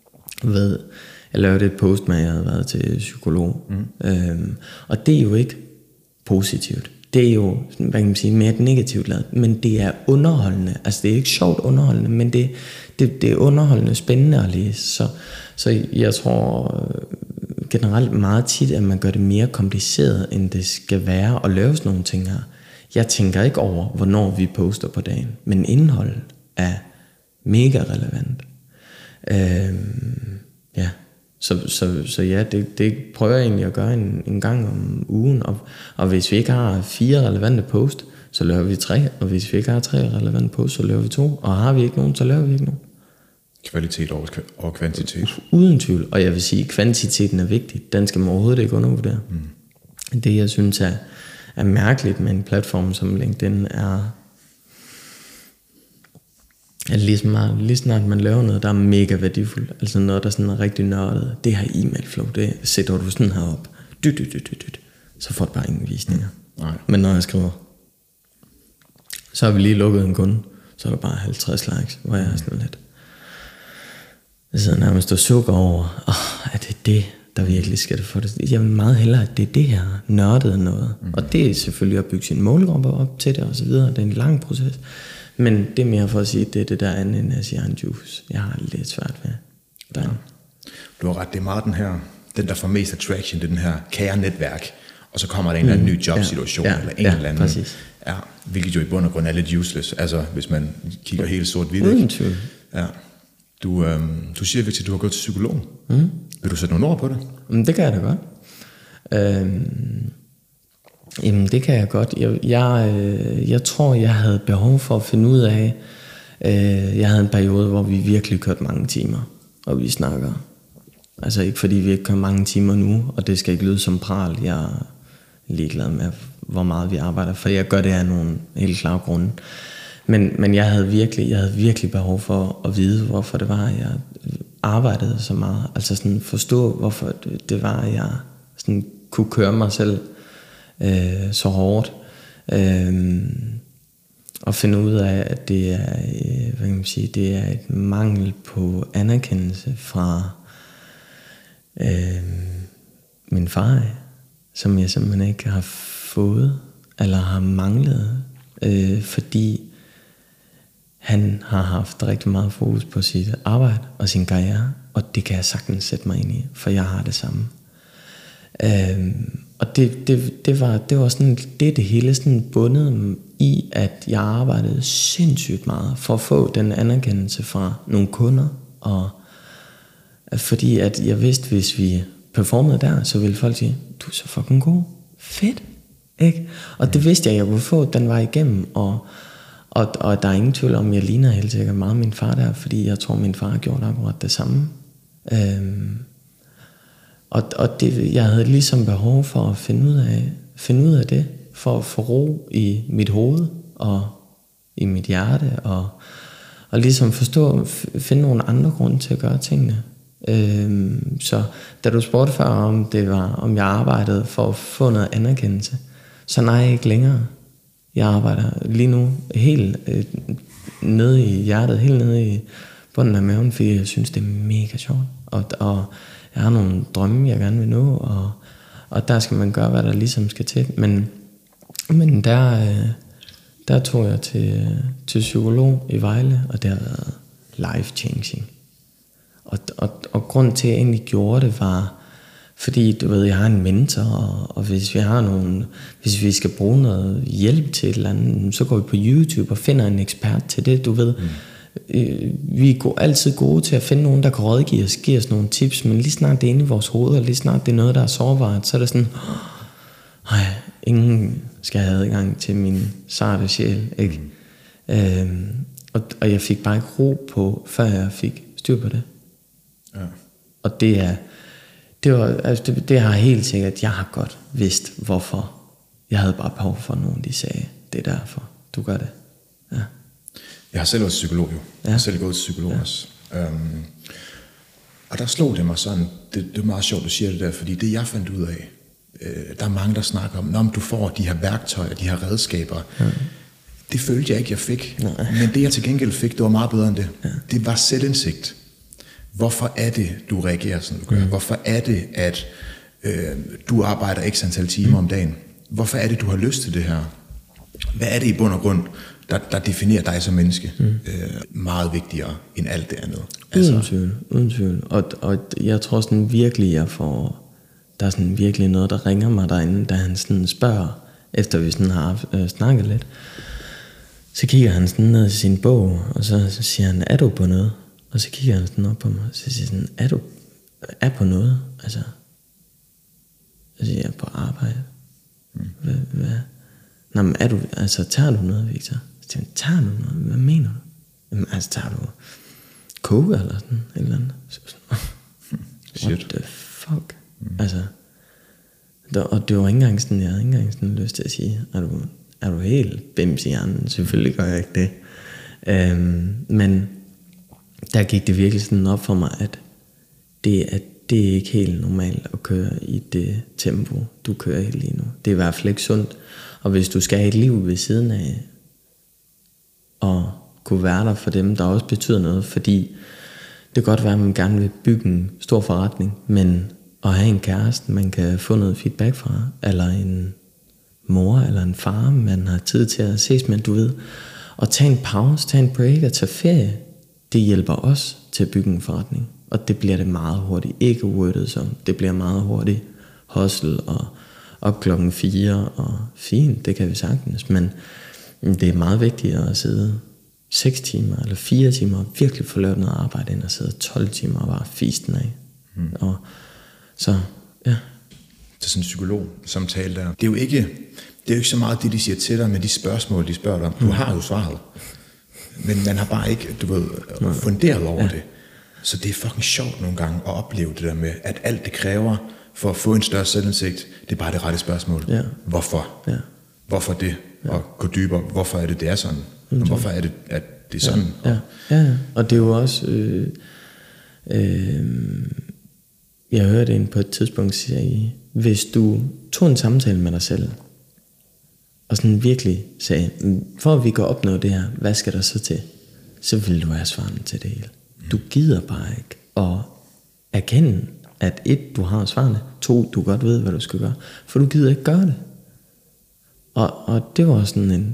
jeg lavede et post med, at jeg havde været til psykolog. Og det er jo ikke positivt. Det er jo, hvad kan man sige, mere et negativt ladet. Men det er underholdende. Altså det er ikke sjovt underholdende, men det er underholdende, spændende at læse. Så jeg tror generelt meget tit, at man gør det mere kompliceret, end det skal være at lave sådan nogle ting her. Jeg tænker ikke over, hvornår vi poster på dagen, men indholdet er mega relevant. Ja, så ja, det prøver jeg egentlig at gøre en gang om ugen, og hvis vi ikke har 4 relevante post, så laver vi 3, og hvis vi ikke har 3 relevante post, så laver vi 2, og har vi ikke nogen, så laver vi ikke nogen. Kvalitet over kvantitet. Uden tvivl, og jeg vil sige, at kvantiteten er vigtig. Den skal man overhovedet ikke undervurdere. Det jeg synes er mærkeligt med en platform som LinkedIn er lige snart man laver noget, der er mega værdifuldt, altså noget, der sådan er rigtig nørdet, det her e-mailflow, det sætter du sådan her op, så får du bare ingen visninger. Nej. Men når jeg skriver, så har vi lige lukket en kunde, så er der bare 50 likes, hvor jeg er sådan lidt. Jeg sidder nærmest og sukker over, er det der virkelig skal det for det? Jeg vil meget hellere, at det er det her nørdede noget. Og det er selvfølgelig at bygge sin målgruppe op til det og så videre. Det er en lang proces. Men det er mere for at sige, at det er det der ananas i egen juice. Jeg har lidt svært ved. Ja. Du har ret, det er meget den der får mest attraction, det er den her kære netværk. Og så kommer der en eller anden ny jobsituation, eller en eller anden. Præcis. Ja, hvilket jo i bund og grund er lidt useless. Altså, hvis man kigger helt sort-hvidt. Uden tvivl. Ja. Du siger, Victor, du har gået til psykolog. Vil du sætte nogle ord på det? Det kan jeg da godt. Jamen, det kan jeg godt. Jeg tror, jeg havde behov for at finde ud af, jeg havde en periode, hvor vi virkelig kørte mange timer, og vi snakker. Altså ikke fordi vi ikke kører mange timer nu, og det skal ikke lyde som pral. Jeg er ligeglad med, hvor meget vi arbejder, for jeg gør det af nogle helt klare grunde. Men jeg havde virkelig behov for at vide, hvorfor det var, at jeg arbejdede så meget. Altså sådan forstå, hvorfor det var, at jeg sådan kunne køre mig selv så hårdt. Og finde ud af, at det er, hvad kan man sige, det er et mangel på anerkendelse fra min far, som jeg simpelthen ikke har fået, eller har manglet, fordi han har haft rigtig meget fokus på sit arbejde og sin karriere, og det kan jeg sagtens sætte mig ind i, for jeg har det samme. Og det var sådan det hele sådan bundet i, at jeg arbejdede sindssygt meget for at få den anerkendelse fra nogle kunder, og fordi at jeg vidste, hvis vi performede der, så ville folk sige, du er så fucking god, fedt, ikke? Og det vidste jeg kunne få, den var igennem, og der er ingen tvivl om, jeg ligner helt sikkert meget min far der, fordi jeg tror, min far gjorde akkurat det samme. Og det, jeg havde ligesom behov for at finde ud af det, for at få ro i mit hoved og i mit hjerte, og ligesom finde nogle andre grunde til at gøre tingene. Så da du spurgte før, om jeg arbejdede for at få noget anerkendelse, så nej, ikke længere. Jeg arbejder lige nu helt nede i hjertet, helt nede i bunden af maven, fordi jeg synes, det er mega sjovt. Og jeg har nogle drømme, jeg gerne vil nå, og der skal man gøre, hvad der ligesom skal til. Men der tog jeg til psykolog i Vejle, og det har været life-changing. Og grunden til, at jeg egentlig gjorde det, var, fordi du ved, jeg har en mentor, og hvis vi skal bruge noget hjælp til et eller andet, så går vi på YouTube og finder en ekspert til det, du ved. Vi er altid gode til at finde nogen, der kan rådgive os, give os nogle tips, men lige snart det er inde i vores hoved, og lige snart det er noget, der er sårbart, så er det sådan, ingen skal have adgang til min sarte sjæl, ikke? Og jeg fik bare ikke ro på, før jeg fik styr på det. Ja. Og det har helt sikkert, jeg har godt vidst, hvorfor. Jeg havde bare behov for, nogen de sagde, det er derfor, du gør det. Ja. Jeg har selv været psykolog jo. Jeg har selv gået til psykolog også. Og der slog det mig sådan, det er meget sjovt, du siger det der, fordi det jeg fandt ud af, der er mange, der snakker om du får de her værktøjer, de her redskaber. Det følte jeg ikke, jeg fik. Nej. Men det jeg til gengæld fik, det var meget bedre end det. Ja. Det var selvindsigt. Hvorfor er det, du reagerer, som du gør? Hvorfor er det, at du arbejder x antal timer om dagen? Hvorfor er det, du har lyst til det her? Hvad er det i bund og grund, der definerer dig som menneske? Meget vigtigere end alt det andet. Uden tvivl. Og jeg tror sådan virkelig, der er sådan virkelig noget, der ringer mig derinde, da han sådan spørger, efter vi sådan har snakket lidt. Så kigger han sådan ned i sin bog, og så siger han, er du på noget? Og så kigger han sådan op på mig, og så siger sådan, er du på noget? Altså, så siger jeg, på arbejde. Hvad? Nå, men tager du noget, Victor? Så siger han, tager du noget? Hvad mener du? Jamen, altså, tager du coke eller sådan, et eller andet? What the fuck? Altså, og det var ikke engang sådan, jeg havde ikke engang sådan lyst til at sige, er du helt bims i hjernen? Selvfølgelig gør jeg ikke det. Men der gik det virkelig sådan op for mig, at det er ikke helt normalt at køre i det tempo, du kører i lige nu. Det er i hvert fald ikke sundt. Og hvis du skal have et liv ved siden af, og kunne være der for dem, der også betyder noget, fordi det kan godt være, at man gerne vil bygge en stor forretning, men at have en kæreste, man kan få noget feedback fra, eller en mor eller en far, man har tid til at ses med, du ved, og tage en pause, tage en break og tage ferie, det hjælper os til at bygge en forretning. Og det bliver det meget hurtigt. Ikke wordet som. Det bliver meget hurtigt hustle og op 4:00 og fint, det kan vi sagtens. Men det er meget vigtigere at sidde 6 timer eller 4 timer og virkelig få lavet noget arbejde, end at sidde 12 timer og bare fisten af. Og så, ja. Det er sådan en psykolog-samtale der. Det er jo ikke så meget det, de siger til dig, men de spørgsmål, de spørger dig om. Du har jo svaret. Men man har bare ikke, funderet over det. Så det er fucking sjovt nogle gange at opleve det der med, at alt det kræver for at få en større selvindsigt, det er bare det rette spørgsmål. Ja. Hvorfor? Ja. hvorfor det, og gå dybere, hvorfor er det er sådan, og hvorfor er det, at det er sådan. Ja. Og det er jo også, jeg hørte en på et tidspunkt sige, hvis du tog en samtale med dig selv, og sådan virkelig sagde, for at vi kan opnå det her, hvad skal der så til? Så vil du have svarene til det hele. Du gider bare ikke at erkende, at 1, du har svarene, 2, du godt ved, hvad du skal gøre, for du gider ikke gøre det. Og det var sådan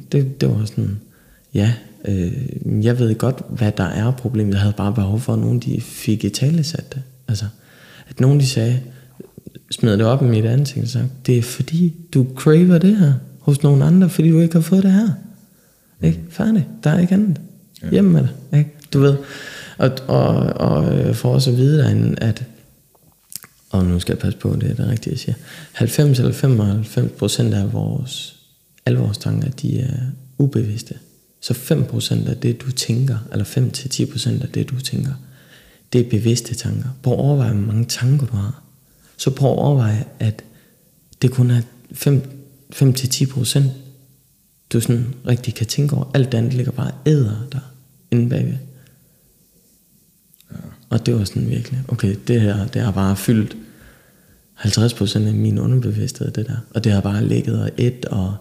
jeg ved godt, hvad der er problemet. Jeg havde bare behov for, at nogen de fik italesat det. Altså, at nogen de sagde, smed det op i mit ansigt og sagde, det er fordi, du craver det her hos nogen andre, fordi du ikke har fået det her. Ikke? Færdig. Der er ikke andet. Hjemme med det. Ikke? Du ved. Og for os at vide derinde, at, og nu skal jeg passe på, det er det rigtige, jeg siger, 90 eller 95% af alle vores tanker, de er ubevidste. Så 5% af det, du tænker, eller 5-10% af det, du tænker, det er bevidste tanker. Prøv at overveje, hvor mange tanker du har. Så prøv at overveje, at det kun er 5-10%, du sådan rigtig kan tænke over. Alt andet ligger bare æder der inde bagved. Ja. Og det var sådan virkelig, okay, det her, det har bare fyldt 50% af min underbevidsthed, det der. Og det har bare ligget og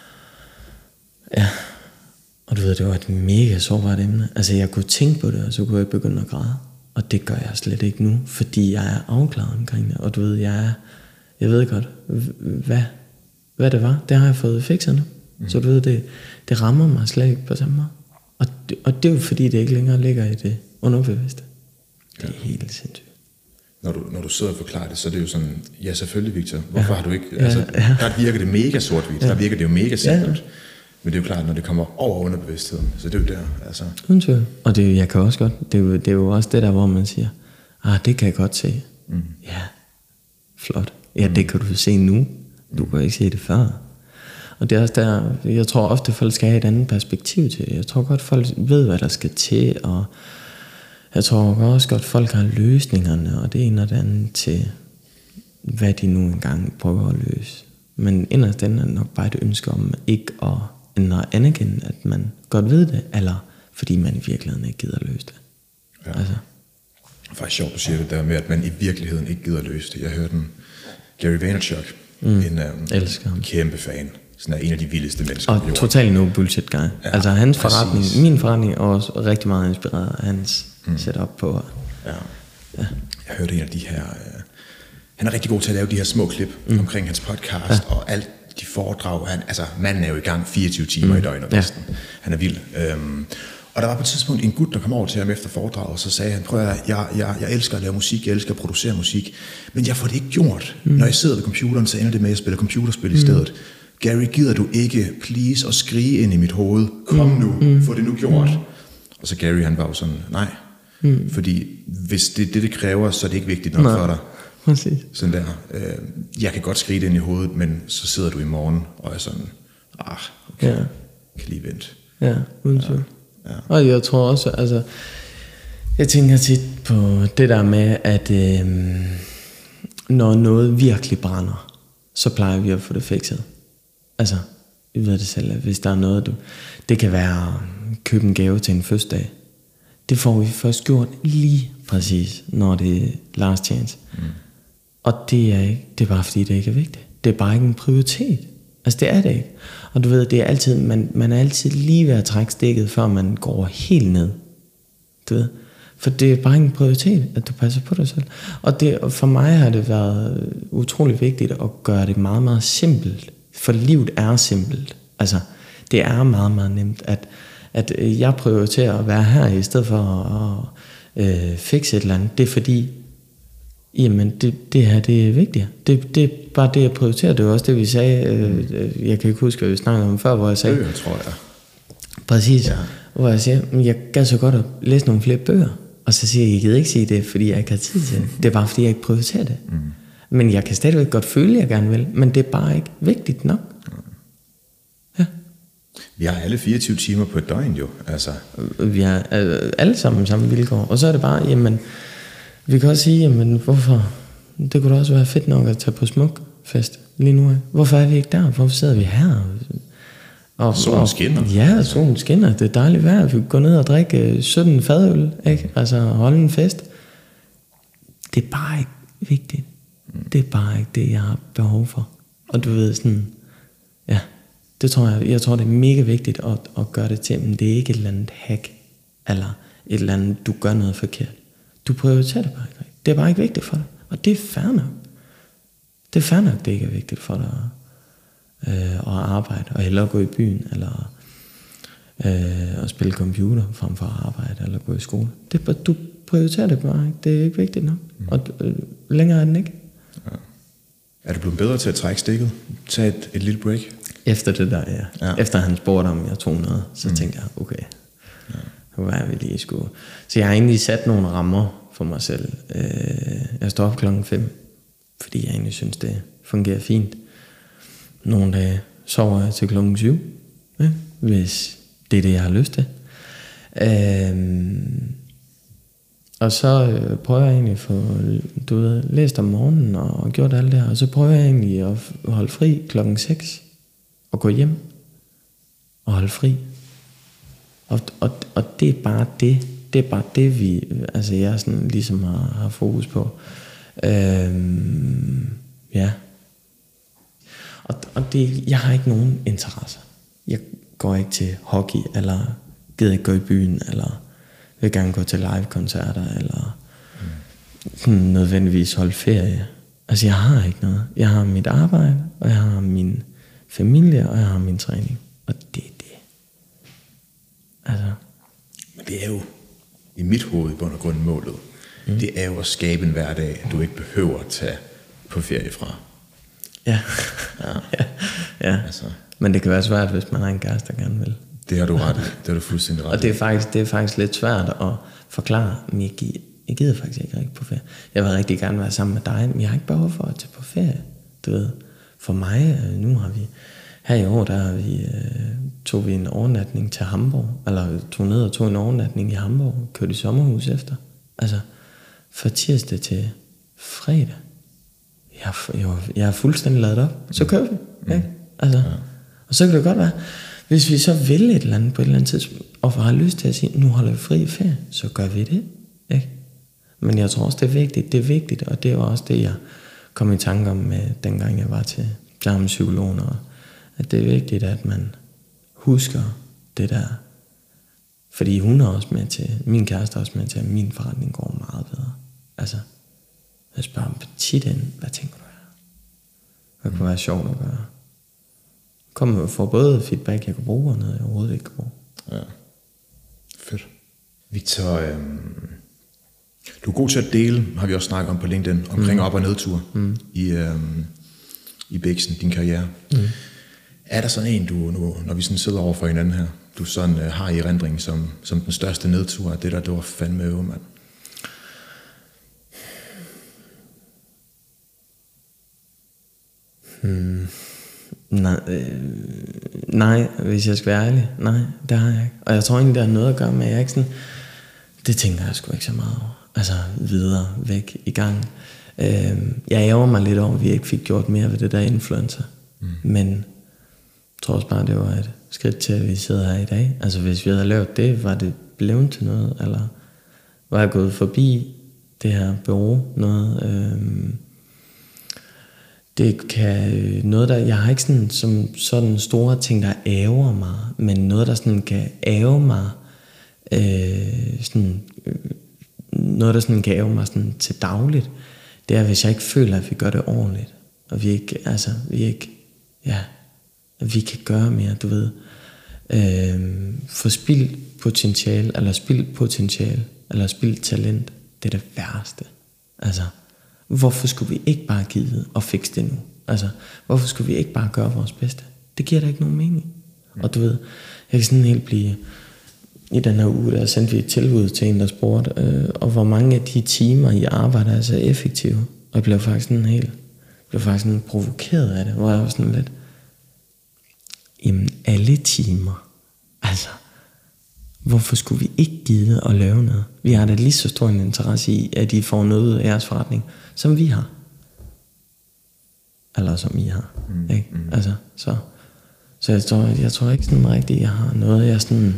ja. Og du ved, det var et mega sårbart emne. Altså jeg kunne tænke på det, og så kunne jeg begynde at græde. Og det gør jeg slet ikke nu, fordi jeg er afklaret omkring det. Og du ved, jeg ved godt, hvad det var. Det har jeg fået fikset nu. Så du ved, det rammer mig slet ikke på samme måde. Og det er jo fordi, det ikke længere ligger i det underbevidste. Det er helt sindssygt. Når du sidder og forklarer det, så er det jo sådan, ja selvfølgelig Victor, hvorfor har du ikke, der virker det mega sort-hvidt, der virker det jo mega simpelt. Men det er jo klart, når det kommer over underbevidstheden, så det er jo der, altså. Undtvivl. Og det, jeg kan også godt, det er jo også det der, hvor man siger, det kan jeg godt se. Ja, flot. Ja, det kan du se nu. Du kan ikke se det før. Og det er også der, jeg tror ofte, folk skal have et andet perspektiv til det. Jeg tror godt, folk ved, hvad der skal til, og jeg tror også godt, folk har løsningerne, og det ene og det andet til, hvad de nu engang prøver at løse. Men inderst inde er det nok bare et ønske om ikke at anerkende, at man godt ved det, eller fordi man i virkeligheden ikke gider løse det. Ja. Altså. Det er faktisk sjovt, du siger det der med, at man i virkeligheden ikke gider løse det. Jeg hørte Gary Vaynerchuk, en kæmpe fan. Sådan er en af de vildeste mennesker. Og totalt no bullshit guy. Ja, altså hans forretning, min forretning er også rigtig meget inspireret af hans setup på. Ja. Jeg hørte en af de her, han er rigtig god til at lave de her små klip omkring hans podcast og alt de foredrag. Manden er jo i gang 24 timer i døgnet næsten. Han er vild. Og der var på et tidspunkt en gut, der kom over til ham efter foredraget, og så sagde han, prøv at jeg elsker at lave musik, jeg elsker at producere musik, men jeg får det ikke gjort. Når jeg sidder ved computeren, så ender det med, at jeg spiller computerspil i stedet. Gary, gider du ikke please at skrige ind i mit hoved? Kom nu, få det nu gjort. Og så Gary, han var jo sådan, nej. Fordi hvis det kræver, så er det ikke vigtigt nok for dig. Præcis. Sådan der. Jeg kan godt skrige det ind i hovedet, men så sidder du i morgen og er sådan, okay, kan lige vente. Ja, uden tvivl. Ja. Og jeg tror også, altså, jeg tænker tit på det der med, at når noget virkelig brænder, så plejer vi at få det fikset. Altså, jeg ved det selv, hvis der er noget, det kan være at købe en gave til en fødselsdag. Det får vi først gjort lige præcis, når det er last chance. Og det er bare fordi, det ikke er vigtigt. Det er bare ikke en prioritet. Altså, det er det ikke. Og du ved, det er altid, man er altid lige ved at trække stikket, før man går helt ned. Du ved. For det er bare ikke en prioritet, at du passer på dig selv. Og for mig har det været utrolig vigtigt at gøre det meget, meget simpelt. For livet er simpelt. Altså, det er meget, meget nemt, at jeg prioriterer at være her, i stedet for at fikse et eller andet. Det er fordi, jamen, det her, det er vigtigt. Det er bare det, jeg prioriterer. Det er også det, vi sagde. Jeg kan ikke huske, hvad vi snakkede om før, hvor jeg sagde... Bøger, tror jeg. Præcis. Ja. Hvor jeg siger, jeg gad så godt at læse nogle flere bøger. Og så siger jeg gider ikke sige det, fordi jeg ikke har tid til det. Det er bare, fordi jeg ikke prioriterer det. Men jeg kan stadigvæk godt føle, at jeg gerne vil. Men det er bare ikke vigtigt nok. Ja. Vi har alle 24 timer på et døgn jo. Altså. Vi har alle sammen samme vilkår. Og så er det bare, jamen... Vi kan også sige, jamen hvorfor... Det kunne da også være fedt nok at tage på smuk fest lige nu. Hvorfor er vi ikke der? Hvorfor sidder vi her? Og solen skinner. Ja, solen skinner. Det er dejligt vejr. Vi kan gå ned og drikke 17 fadøl, ikke? Altså holde en fest. Det er bare ikke vigtigt. Det er bare ikke det, jeg har behov for. Og du ved sådan, ja, det tror jeg tror det er mega vigtigt at gøre det til, men det er ikke et eller andet hack, eller et eller andet, du gør noget forkert. Du prioriterer det bare ikke. Det er bare ikke vigtigt for dig. Og det er fair nok. Det er fair nok, det ikke er vigtigt for dig at arbejde, og hellere gå i byen, eller at spille computer, frem for at arbejde, eller gå i skole. Du prioriterer det bare ikke. Det er ikke vigtigt nok. Og længere er den ikke. Ja. Er du blevet bedre til at trække stikket? Tag et lille break? Efter det der, ja. Efter han spurgte om jeg tog noget, så tænkte jeg, okay, nu var jeg lige skulle. Så jeg har egentlig sat nogle rammer for mig selv. Jeg står op 5:00, fordi jeg egentlig synes, det fungerer fint. Nogle dage sover jeg til 7:00, hvis det er det, jeg har lyst til. Og så prøver jeg egentlig at få læst om morgenen og gjort alt det her. Og så prøver jeg egentlig at holde fri 6:00 og gå hjem og holde fri. Og det er bare det. Det er bare det, jeg sådan ligesom har fokus på. Ja. Og det, jeg har ikke nogen interesser. Jeg går ikke til hockey, eller gider ikke gå i byen, eller vil gerne gå til live-koncerter, eller nødvendigvis holde ferie. Altså, jeg har ikke noget. Jeg har mit arbejde, og jeg har min familie, og jeg har min træning. Og det er det. Altså. Men det er jo i mit hoved i bund og grund målet. Det er jo at skabe en hverdag, du ikke behøver at tage på ferie fra. Ja. Altså. Men det kan være svært, hvis man har en kæreste, der gerne vil. Det har du ret i. Det er du fuldstændig ret i. Og det er faktisk lidt svært at forklare, men jeg gider faktisk ikke rigtig på ferie. Jeg vil rigtig gerne være sammen med dig, men jeg har ikke behov for at tage på ferie. Du ved, for mig, nu har vi, her i år, tog vi en overnatning til Hamburg, eller tog ned og tog en overnatning i Hamburg, kørte i sommerhus efter. Altså, fra tirsdag til fredag. Jeg er fuldstændig ladet op. Så kører vi, ikke? Altså, og så kan det godt være, hvis vi så vil et eller andet på et eller andet tidspunkt, og har lyst til at sige, nu holder vi fri ferie, så gør vi det, ikke? Men jeg tror også, det er vigtigt, og det var også det, jeg kom i tanke om med, dengang jeg var til psykologen, og at det er vigtigt, at man husker det der, fordi hun er også med til, min kæreste er også med til, at min forretning går meget bedre. Altså, jeg spørger om tit ind, hvad tænker du her? Hvad kunne være sjovt at gøre? Kom og få både feedback, jeg kan bruge, og noget, jeg overhovedet ikke kan bruge. Ja, fedt. Victor, du er god til at dele, har vi også snakket om på LinkedIn, omkring op- og nedtur i Bæksen, din karriere. Er der sådan en, du nu, når vi sådan sidder over for hinanden her, du sådan har i erindring som den største nedtur, det der, du var fandme øve, mand? Nej, hvis jeg skal være ærlig. Nej, det har jeg ikke. Og jeg tror egentlig, det har noget at gøre med, at jeg ikke sådan, det tænker jeg sgu ikke så meget over. Altså videre, væk, i gang. Jeg ærger mig lidt over, at vi ikke fik gjort mere ved det der influencer. Men jeg tror også bare, det var et skridt til, at vi sidder her i dag. Altså hvis vi havde lavet det, var det blevet til noget, eller var jeg gået forbi det her bureau noget. Det kan noget der, jeg har ikke sådan store ting, der ærger mig, men noget der sådan kan ærge mig, noget der sådan kan ærge mig sådan til dagligt, det er hvis jeg ikke føler, at vi gør det ordentligt, og vi kan gøre mere, du ved, få spildt potentiale, eller spildt talent, det er det værste. Altså, hvorfor skulle vi ikke bare give og fikse det nu? Altså, hvorfor skulle vi ikke bare gøre vores bedste? Det giver da ikke nogen mening. Og du ved, jeg kan sådan helt blive, i den her uge, der sendte vi et tilbud til en, der spurgte, og hvor mange af de timer, I arbejder, er så effektive. Og jeg blev faktisk sådan provokeret af det, hvor jeg var sådan lidt, jamen alle timer, altså, hvorfor skulle vi ikke gide at lave noget? Vi har da lige så stor en interesse i, at I får noget ud af jeres forretning, som vi har. Eller som I har. Ikke? Altså, så Så jeg tror ikke sådan rigtigt, jeg har noget, jeg sådan...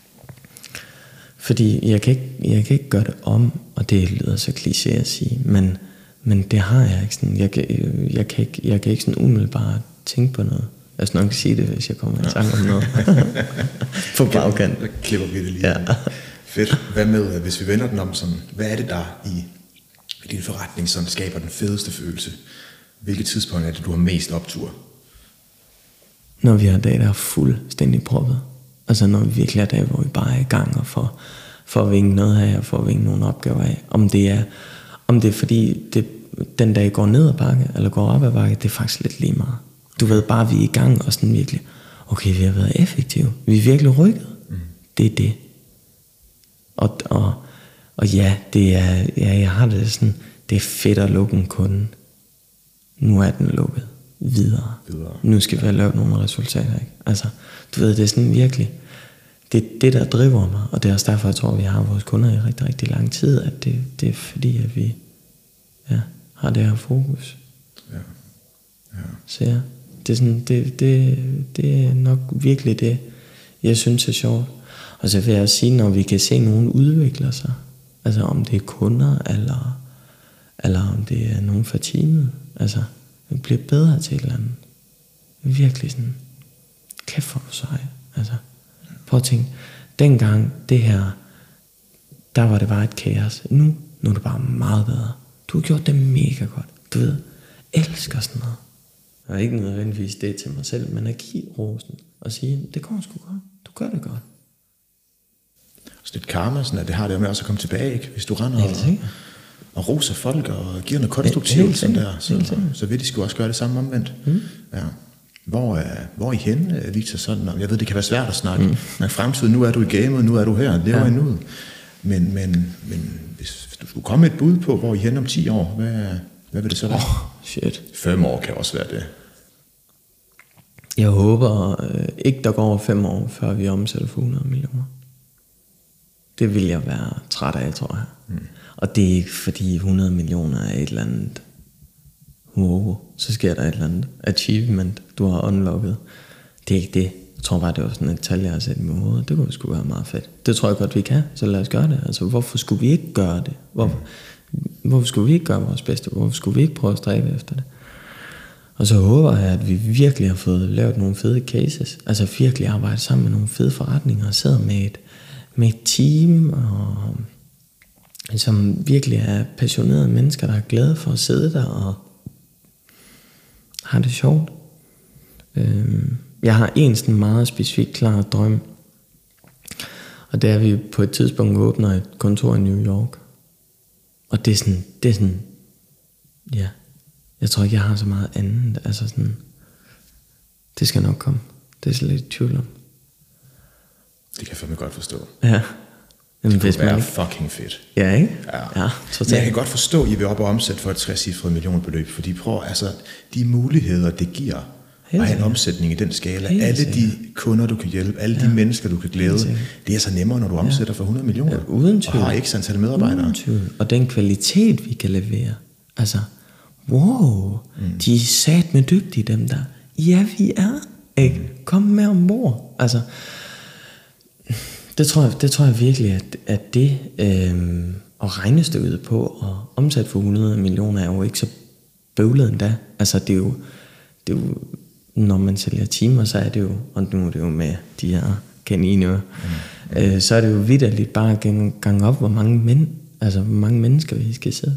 Fordi jeg kan ikke gøre det om, og det lyder så kliché at sige, men det har jeg ikke sådan. Jeg kan ikke sådan umiddelbart tænke på noget. Jeg skal nok sige det, hvis jeg kommer i tanke om noget. På bagkant. Så klipper vi det lige. Ja. Fedt. Hvad med, hvis vi vender den om sådan, hvad er det der i din forretning, som skaber den fedeste følelse? Hvilket tidspunkt er det, du har mest optur? Når vi har dage, der er fuldstændig proppet. Altså når vi virkelig har dage, hvor vi bare er i gang og får at vinge noget af, og får at vinge nogle opgaver af. Om det er fordi den dag går ned ad bakke, eller går op ad bakke, det er faktisk lidt lige meget. Du ved bare, vi er i gang, og sådan virkelig, okay, vi har været effektive. Vi er virkelig rykket. Det er det. Og ja, det er, jeg har det sådan, det er fedt at lukke en kunde. Nu er den lukket. Videre. Nu skal vi have lavet nogle resultater, ikke? Altså, du ved, det er sådan virkelig, det er det, der driver mig, og det er også derfor, jeg tror, vi har vores kunder i rigtig, rigtig lang tid, at det er fordi, at vi har det her fokus. Ja. Så ja, det er sådan, det er nok virkelig det, jeg synes er sjovt. Og så vil jeg sige, når vi kan se nogen udvikle sig, altså om det er kunder, eller om det er nogen fra teamet, altså vi bliver bedre til et eller andet. Virkelig sådan, kæft for sig. Altså, prøv at tænke, dengang det her, der var det bare et kaos. Nu er det bare meget bedre. Du har gjort det mega godt. Du ved, elsker sådan noget. Og ikke nødvendigvis det til mig selv, men at give rosen og sige, det går sgu godt. Du gør det godt. Så det er karma, sådan at det har det med også at komme tilbage, ikke? Hvis du render og roser folk og giver noget konstruktivt, sådan der, så vil de sgu også gøre det samme omvendt. Ja. Hvor er I henne, Victor? Sådan, jeg ved, det kan være svært at snakke fremtiden. Nu er du i gamet, nu er du her, lever i nuet. Men hvis du skulle komme et bud på, hvor I er henne om 10 år, hvad vil det så være? Shit. 5 år kan også være det. Jeg håber ikke, der går over 5 år, før vi omsætter for 100 millioner. Det vil jeg være træt af, tror jeg. Og det er ikke fordi 100 millioner er et eller andet så sker der et eller andet achievement, du har unlocket. Det er ikke det. Jeg tror bare, det var sådan et tal, jeg har sat i mit hoved. Det kunne sgu være meget fedt. Det tror jeg godt, vi kan, så lad os gøre det. Altså, hvorfor skulle vi ikke gøre det? Hvorfor skulle vi ikke gøre vores bedste? Hvorfor skulle vi ikke prøve at stræbe efter det? Og så håber jeg, at vi virkelig har fået lavet nogle fede cases. Altså virkelig arbejde sammen med nogle fede forretninger og sidde med et team, og som virkelig er passionerede mennesker, der er glade for at sidde der og har det sjovt. Jeg har en sådan meget specifik klar drøm, og det er, at vi på et tidspunkt åbner et kontor i New York. Og det er sådan, ja, jeg tror ikke, jeg har så meget andet. Altså sådan, det skal nok komme. Det er så lidt i tvivl om. Det kan jeg fandme godt forstå. Ja. Det kunne være fucking fedt. Ja, ikke? Ja, totalt. Men jeg kan godt forstå, at I vil op og omsætte for et 60-cifret millionbeløb, fordi prøv, altså, de muligheder, det giver at have en omsætning i den skala, alle de kunder, du kan hjælpe, alle de mennesker, du kan glæde, det er så nemmere, når du omsætter for 100 millioner, uden tvivl. Og har ikke antal medarbejdere. Uden tvivl. Og den kvalitet, vi kan levere, altså, wow, de er sat med dygtige, dem der. Ja, vi er, ikke? Kom med ombord. Altså, det tror jeg virkelig, at det at regnestykket på at omsætte for 100 millioner er jo ikke så bøvlet endda. Altså det er jo når man sælger timer, så er det jo, og nu er det jo med de her kaniner, så er det jo vitterligt bare at gange op, hvor mange mennesker vi skal sidde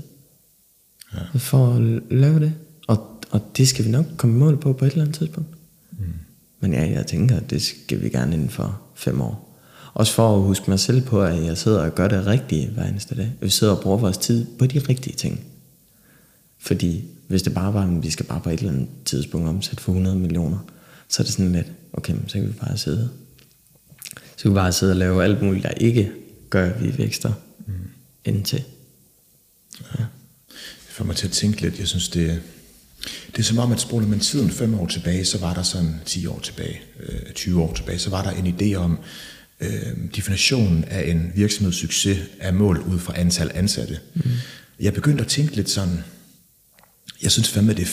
for at lave det. Og det skal vi nok komme i mål på et eller andet tidspunkt. Men ja, jeg tænker, at det skal vi gerne inden for 5 år. Også for at huske mig selv på, at jeg sidder og gør det rigtige hver eneste dag. Vi sidder og bruger vores tid på de rigtige ting. Fordi hvis det bare var, at vi skal bare på et eller andet tidspunkt omsætte for 100 millioner, så er det sådan lidt, okay, så kan vi bare sidde. Så kan vi bare sidde og lave alt muligt, der ikke gør, at vi vækster indtil. Ja. Det får mig til at tænke lidt. Jeg synes, det er som om, at spoler man tiden 5 år tilbage, så var der sådan 10 år tilbage, 20 år tilbage, så var der en idé om, definitionen af en virksomhedssucces er målt ud fra antal ansatte. Jeg begyndte at tænke lidt sådan, jeg synes fandme, det er fedt,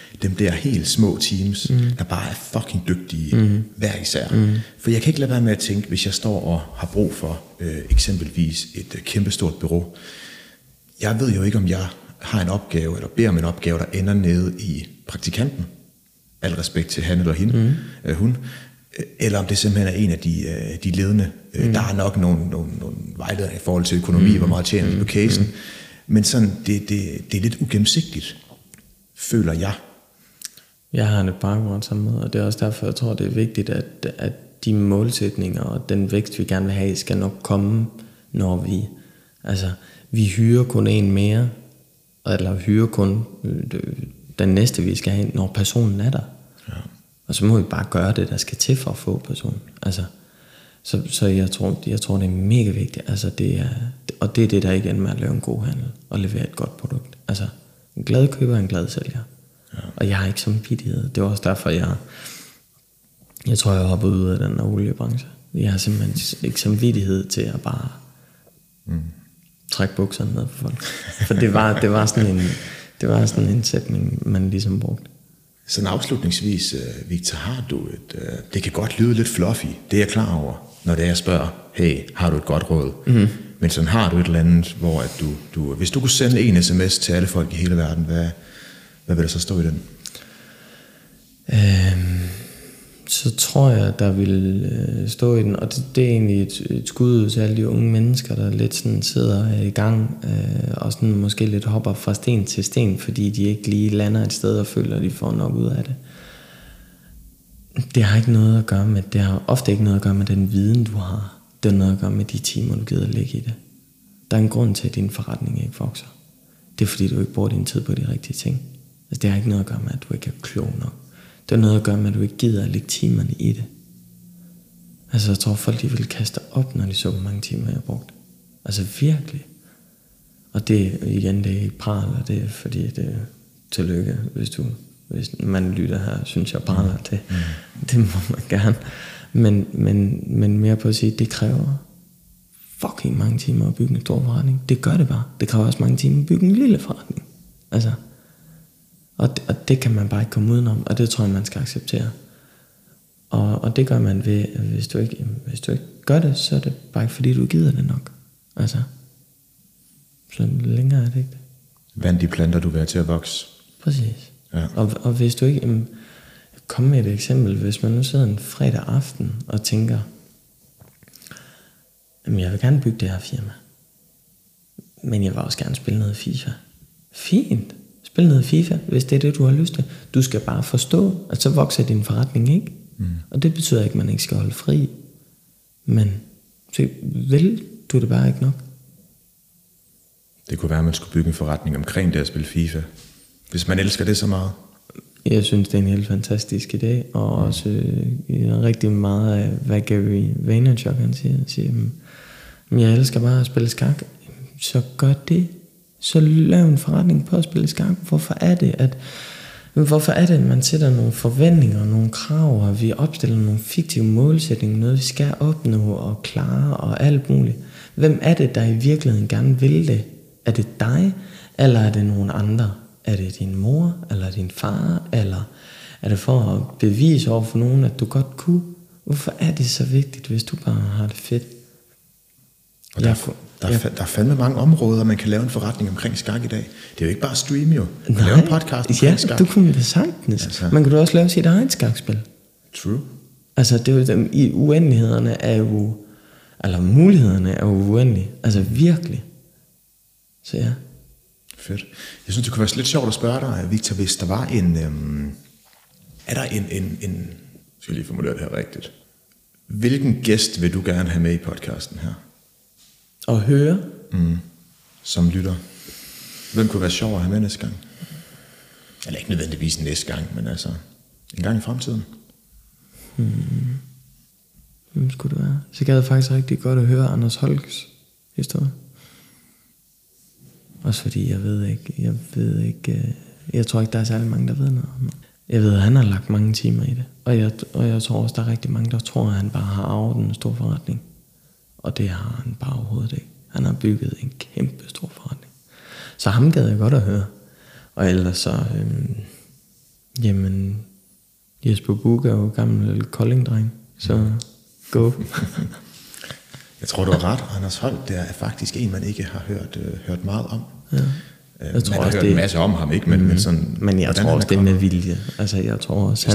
dem der helt små teams, der bare er fucking dygtige hver især. For jeg kan ikke lade være med at tænke, hvis jeg står og har brug for eksempelvis et kæmpestort bureau. Jeg ved jo ikke, om jeg har en opgave, eller beder om en opgave, der ender nede i praktikanten. Al respekt til han eller hende, hun. Eller om det simpelthen er en af de ledende. Der er nok nogle vejledere i forhold til økonomi, hvor meget tjener de på casen. Men sådan, det er lidt ugennemsigtigt, føler jeg. Jeg har det bare samme måde, og det er også derfor, jeg tror, det er vigtigt, at de målsætninger og den vækst, vi gerne vil have, skal nok komme, når vi hyrer kun en mere, eller hyrer kun den næste, vi skal have, når personen er der. Ja. Og så må vi bare gøre det, der skal til for at få personen. Så jeg tror, det er mega vigtigt. Og det er det, der ikke ender med at lave en god handel og levere et godt produkt. En glad køber er en glad sælger. Ja. Og jeg har ikke samvittighed. Det er også derfor, jeg tror, jeg har hoppet ud af den oliebranche. Jeg har simpelthen ikke samvittighed til at bare trække bukserne ned på folk. For det var sådan en sætning, man ligesom brugte. Sådan afslutningsvis, Victor, har du det kan godt lyde lidt fluffy, det er jeg klar over, når det er, jeg spørger, hey, har du et godt råd? Men sådan har du et eller andet, hvor at du hvis du kunne sende en sms til alle folk i hele verden, hvad vil der så stå i den? Så tror jeg, der vil stå i den, og det er egentlig et skud ud til alle de unge mennesker, der lidt sådan sidder i gang, og sådan måske lidt hopper fra sten til sten, fordi de ikke lige lander et sted og føler, at de får nok ud af det. Det har ikke noget at gøre med, det har ofte ikke noget at gøre med den viden, du har. Det har noget at gøre med de timer, du gider at lægge i det. Der er en grund til, at din forretning ikke vokser. Det er fordi, du ikke bruger din tid på de rigtige ting. Det har ikke noget at gøre med, at du ikke er klog nok. Det har noget at gøre med, at du ikke gider at lægge timerne i det. Jeg tror, folk de ville kaste op, når de så, hvor mange timer jeg har brugt. Virkelig. Og det igen, det er ikke pral, og det er fordi, det er tillykke, hvis man lytter her, synes jeg praler det. Det må man gerne. Men mere på at sige, det kræver fucking mange timer at bygge en stor forretning. Det gør det bare. Det kræver også mange timer at bygge en lille forretning. Og det kan man bare ikke komme udenom, og det tror jeg, man skal acceptere. Og det gør man ved, at hvis du ikke gør det, så er det bare ikke fordi, du gider det nok. Så længere er det ikke det. Vand de planter, du vil have til at vokse. Præcis. Ja. Og hvis du ikke... Kom med et eksempel. Hvis man nu sidder en fredag aften og tænker, jeg vil gerne bygge det her firma, men jeg vil også gerne spille noget FIFA. Fint. Spil noget FIFA, hvis det er det, du har lyst til. Du skal bare forstå, at så vokser din forretning ikke. Og det betyder ikke, at man ikke skal holde fri. Men så vil du det bare ikke nok. Det kunne være, at man skulle bygge en forretning omkring det at spille FIFA. Hvis man elsker det så meget. Jeg synes, det er en helt fantastisk idé. Og også rigtig meget af, hvad Gary Vaynerchuk han siger. Jeg elsker bare at spille skak. Så gør det. Så lav en forretning på at spille skak. Hvorfor er det, at man sætter nogle forventninger, nogle krav, og vi opstiller nogle fiktive målsætninger, noget vi skal opnå og klare og alt muligt. Hvem er det, der i virkeligheden gerne vil det? Er det dig, eller er det nogen andre? Er det din mor, eller din far, eller er det for at bevise over for nogen, at du godt kunne? Hvorfor er det så vigtigt, hvis du bare har det fedt? Der er fandme mange områder, man kan lave en forretning omkring skak i dag. Det er jo ikke bare stream jo. Man kan lave en podcast omkring skak. Du kunne det sagtens. Man kan jo også lave sit eget skakspil. True. Det er jo, i uendelighederne er jo, eller mulighederne er jo uendelige. Virkelig. Så ja. Fedt. Jeg synes, det kunne være lidt sjovt at spørge dig, Victor, hvis der var er der en skal jeg lige formulere det her rigtigt. Hvilken gæst vil du gerne have med i podcasten her? Og høre? Som lytter. Hvem kunne være sjov at have med næste gang? Eller ikke nødvendigvis næste gang, men en gang i fremtiden. Hvem skulle det være? Så gad jeg faktisk rigtig godt at høre Anders Holks historie. Også fordi jeg ved ikke, jeg tror ikke, der er særlig mange, der ved noget om det. Jeg ved, at han har lagt mange timer i det. Og jeg tror også, der er rigtig mange, der tror, at han bare har arvet en stor forretning. Og det har han bare overhovedet ikke. Han har bygget en kæmpe stor forretning. Så ham gad jeg godt at høre. Og ellers så Jamen, Jesper Buch er jo gammel Kolding-dreng, så go. Jeg tror, du har ret. Anders Holt, det er faktisk en, man ikke har hørt meget om. Ja. Jeg tror man har hørt en masse om ham, ikke? Men sådan, men jeg tror også, det er med vilje. Altså, jeg tror også,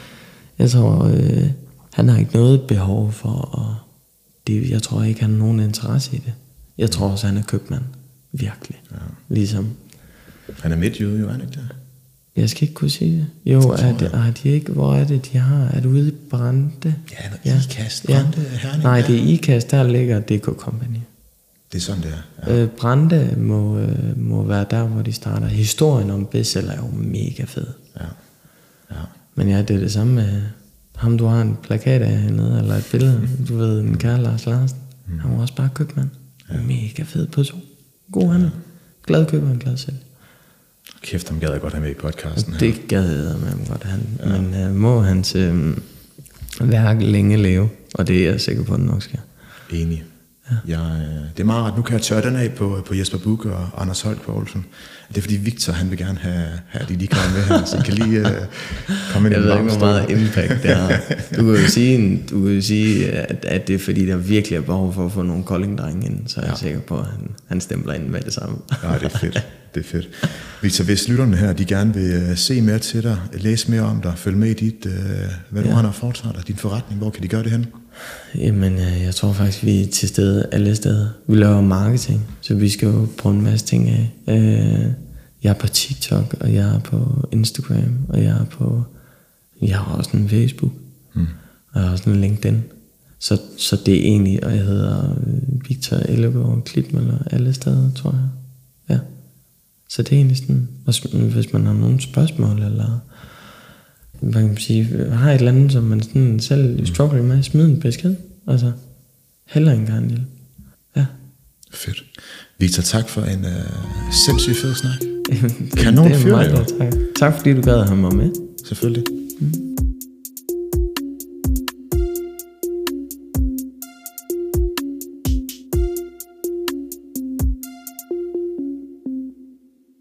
han har ikke noget behov for at... jeg tror ikke, han har nogen interesse i det. Jeg tror også, han er købmand. Virkelig. Ja. Ligesom... Han er midtjyde, jo, er han ikke det? Jeg skal ikke kunne sige det. Jo, har de ikke... Hvor er det, de har? Er det ude i Brande? Ja, Ikast. Brande, Herning. Nej, det er Ikast, der ligger DK Company. Det er sådan, det er. Ja. Brande må være der, hvor de starter. Historien om bestseller er jo mega fed. Ja. Men ja, det er det samme med ham, du har en plakat af hernede, eller et billede. Du ved, en kære Lars Larsen. Han var også bare købmand. Ja. Mega fed på to. God handel. Glad køber, glad sælger. Kæft, ham gad jeg godt have med i podcasten. Det gad jeg med ham godt. Men må hans værk længe leve, og det er jeg sikker på, at den nok skal. Enig. Ja. Det er meget ret. Nu kan jeg tørre den af på Jesper Buch og Anders Holt Poulsen. Det er fordi Victor, han vil gerne have at de lige kommer med her, så I kan lige komme ind. Jeg ved ikke, hvor meget impact det har. Du kan jo sige, at det er fordi, der virkelig er behov for at få nogle Kolding-drenge ind, så er jeg sikker på, at han stempler ind med det samme. Ja, det er fedt. Det er fedt. Victor, hvis lytterne her, de gerne vil se mere til dig, læse mere om dig, følge med i dit, hvad du har foretaget dig, din forretning, hvor kan de gøre det hen? Jamen, jeg tror faktisk, vi er til stede alle steder. Vi laver marketing, så vi skal jo prøve en masse ting af. Jeg er på TikTok, og jeg er på Instagram, og jeg har også en Facebook, og jeg har også en LinkedIn. Så det er egentlig, og jeg hedder Victor Ellegaard Klitmøller alle steder, tror jeg. Ja. Så det er egentlig sådan, hvis man har nogle spørgsmål, eller hvad kan man sige, har et eller andet, som man sådan selv struggler med, smid en besked. Altså, heller en gang lille. Ja. Fedt. Victor, tak for en sindssygt fed snak. Kanon fyr. Tak fordi du gad at have mig med. Selvfølgelig.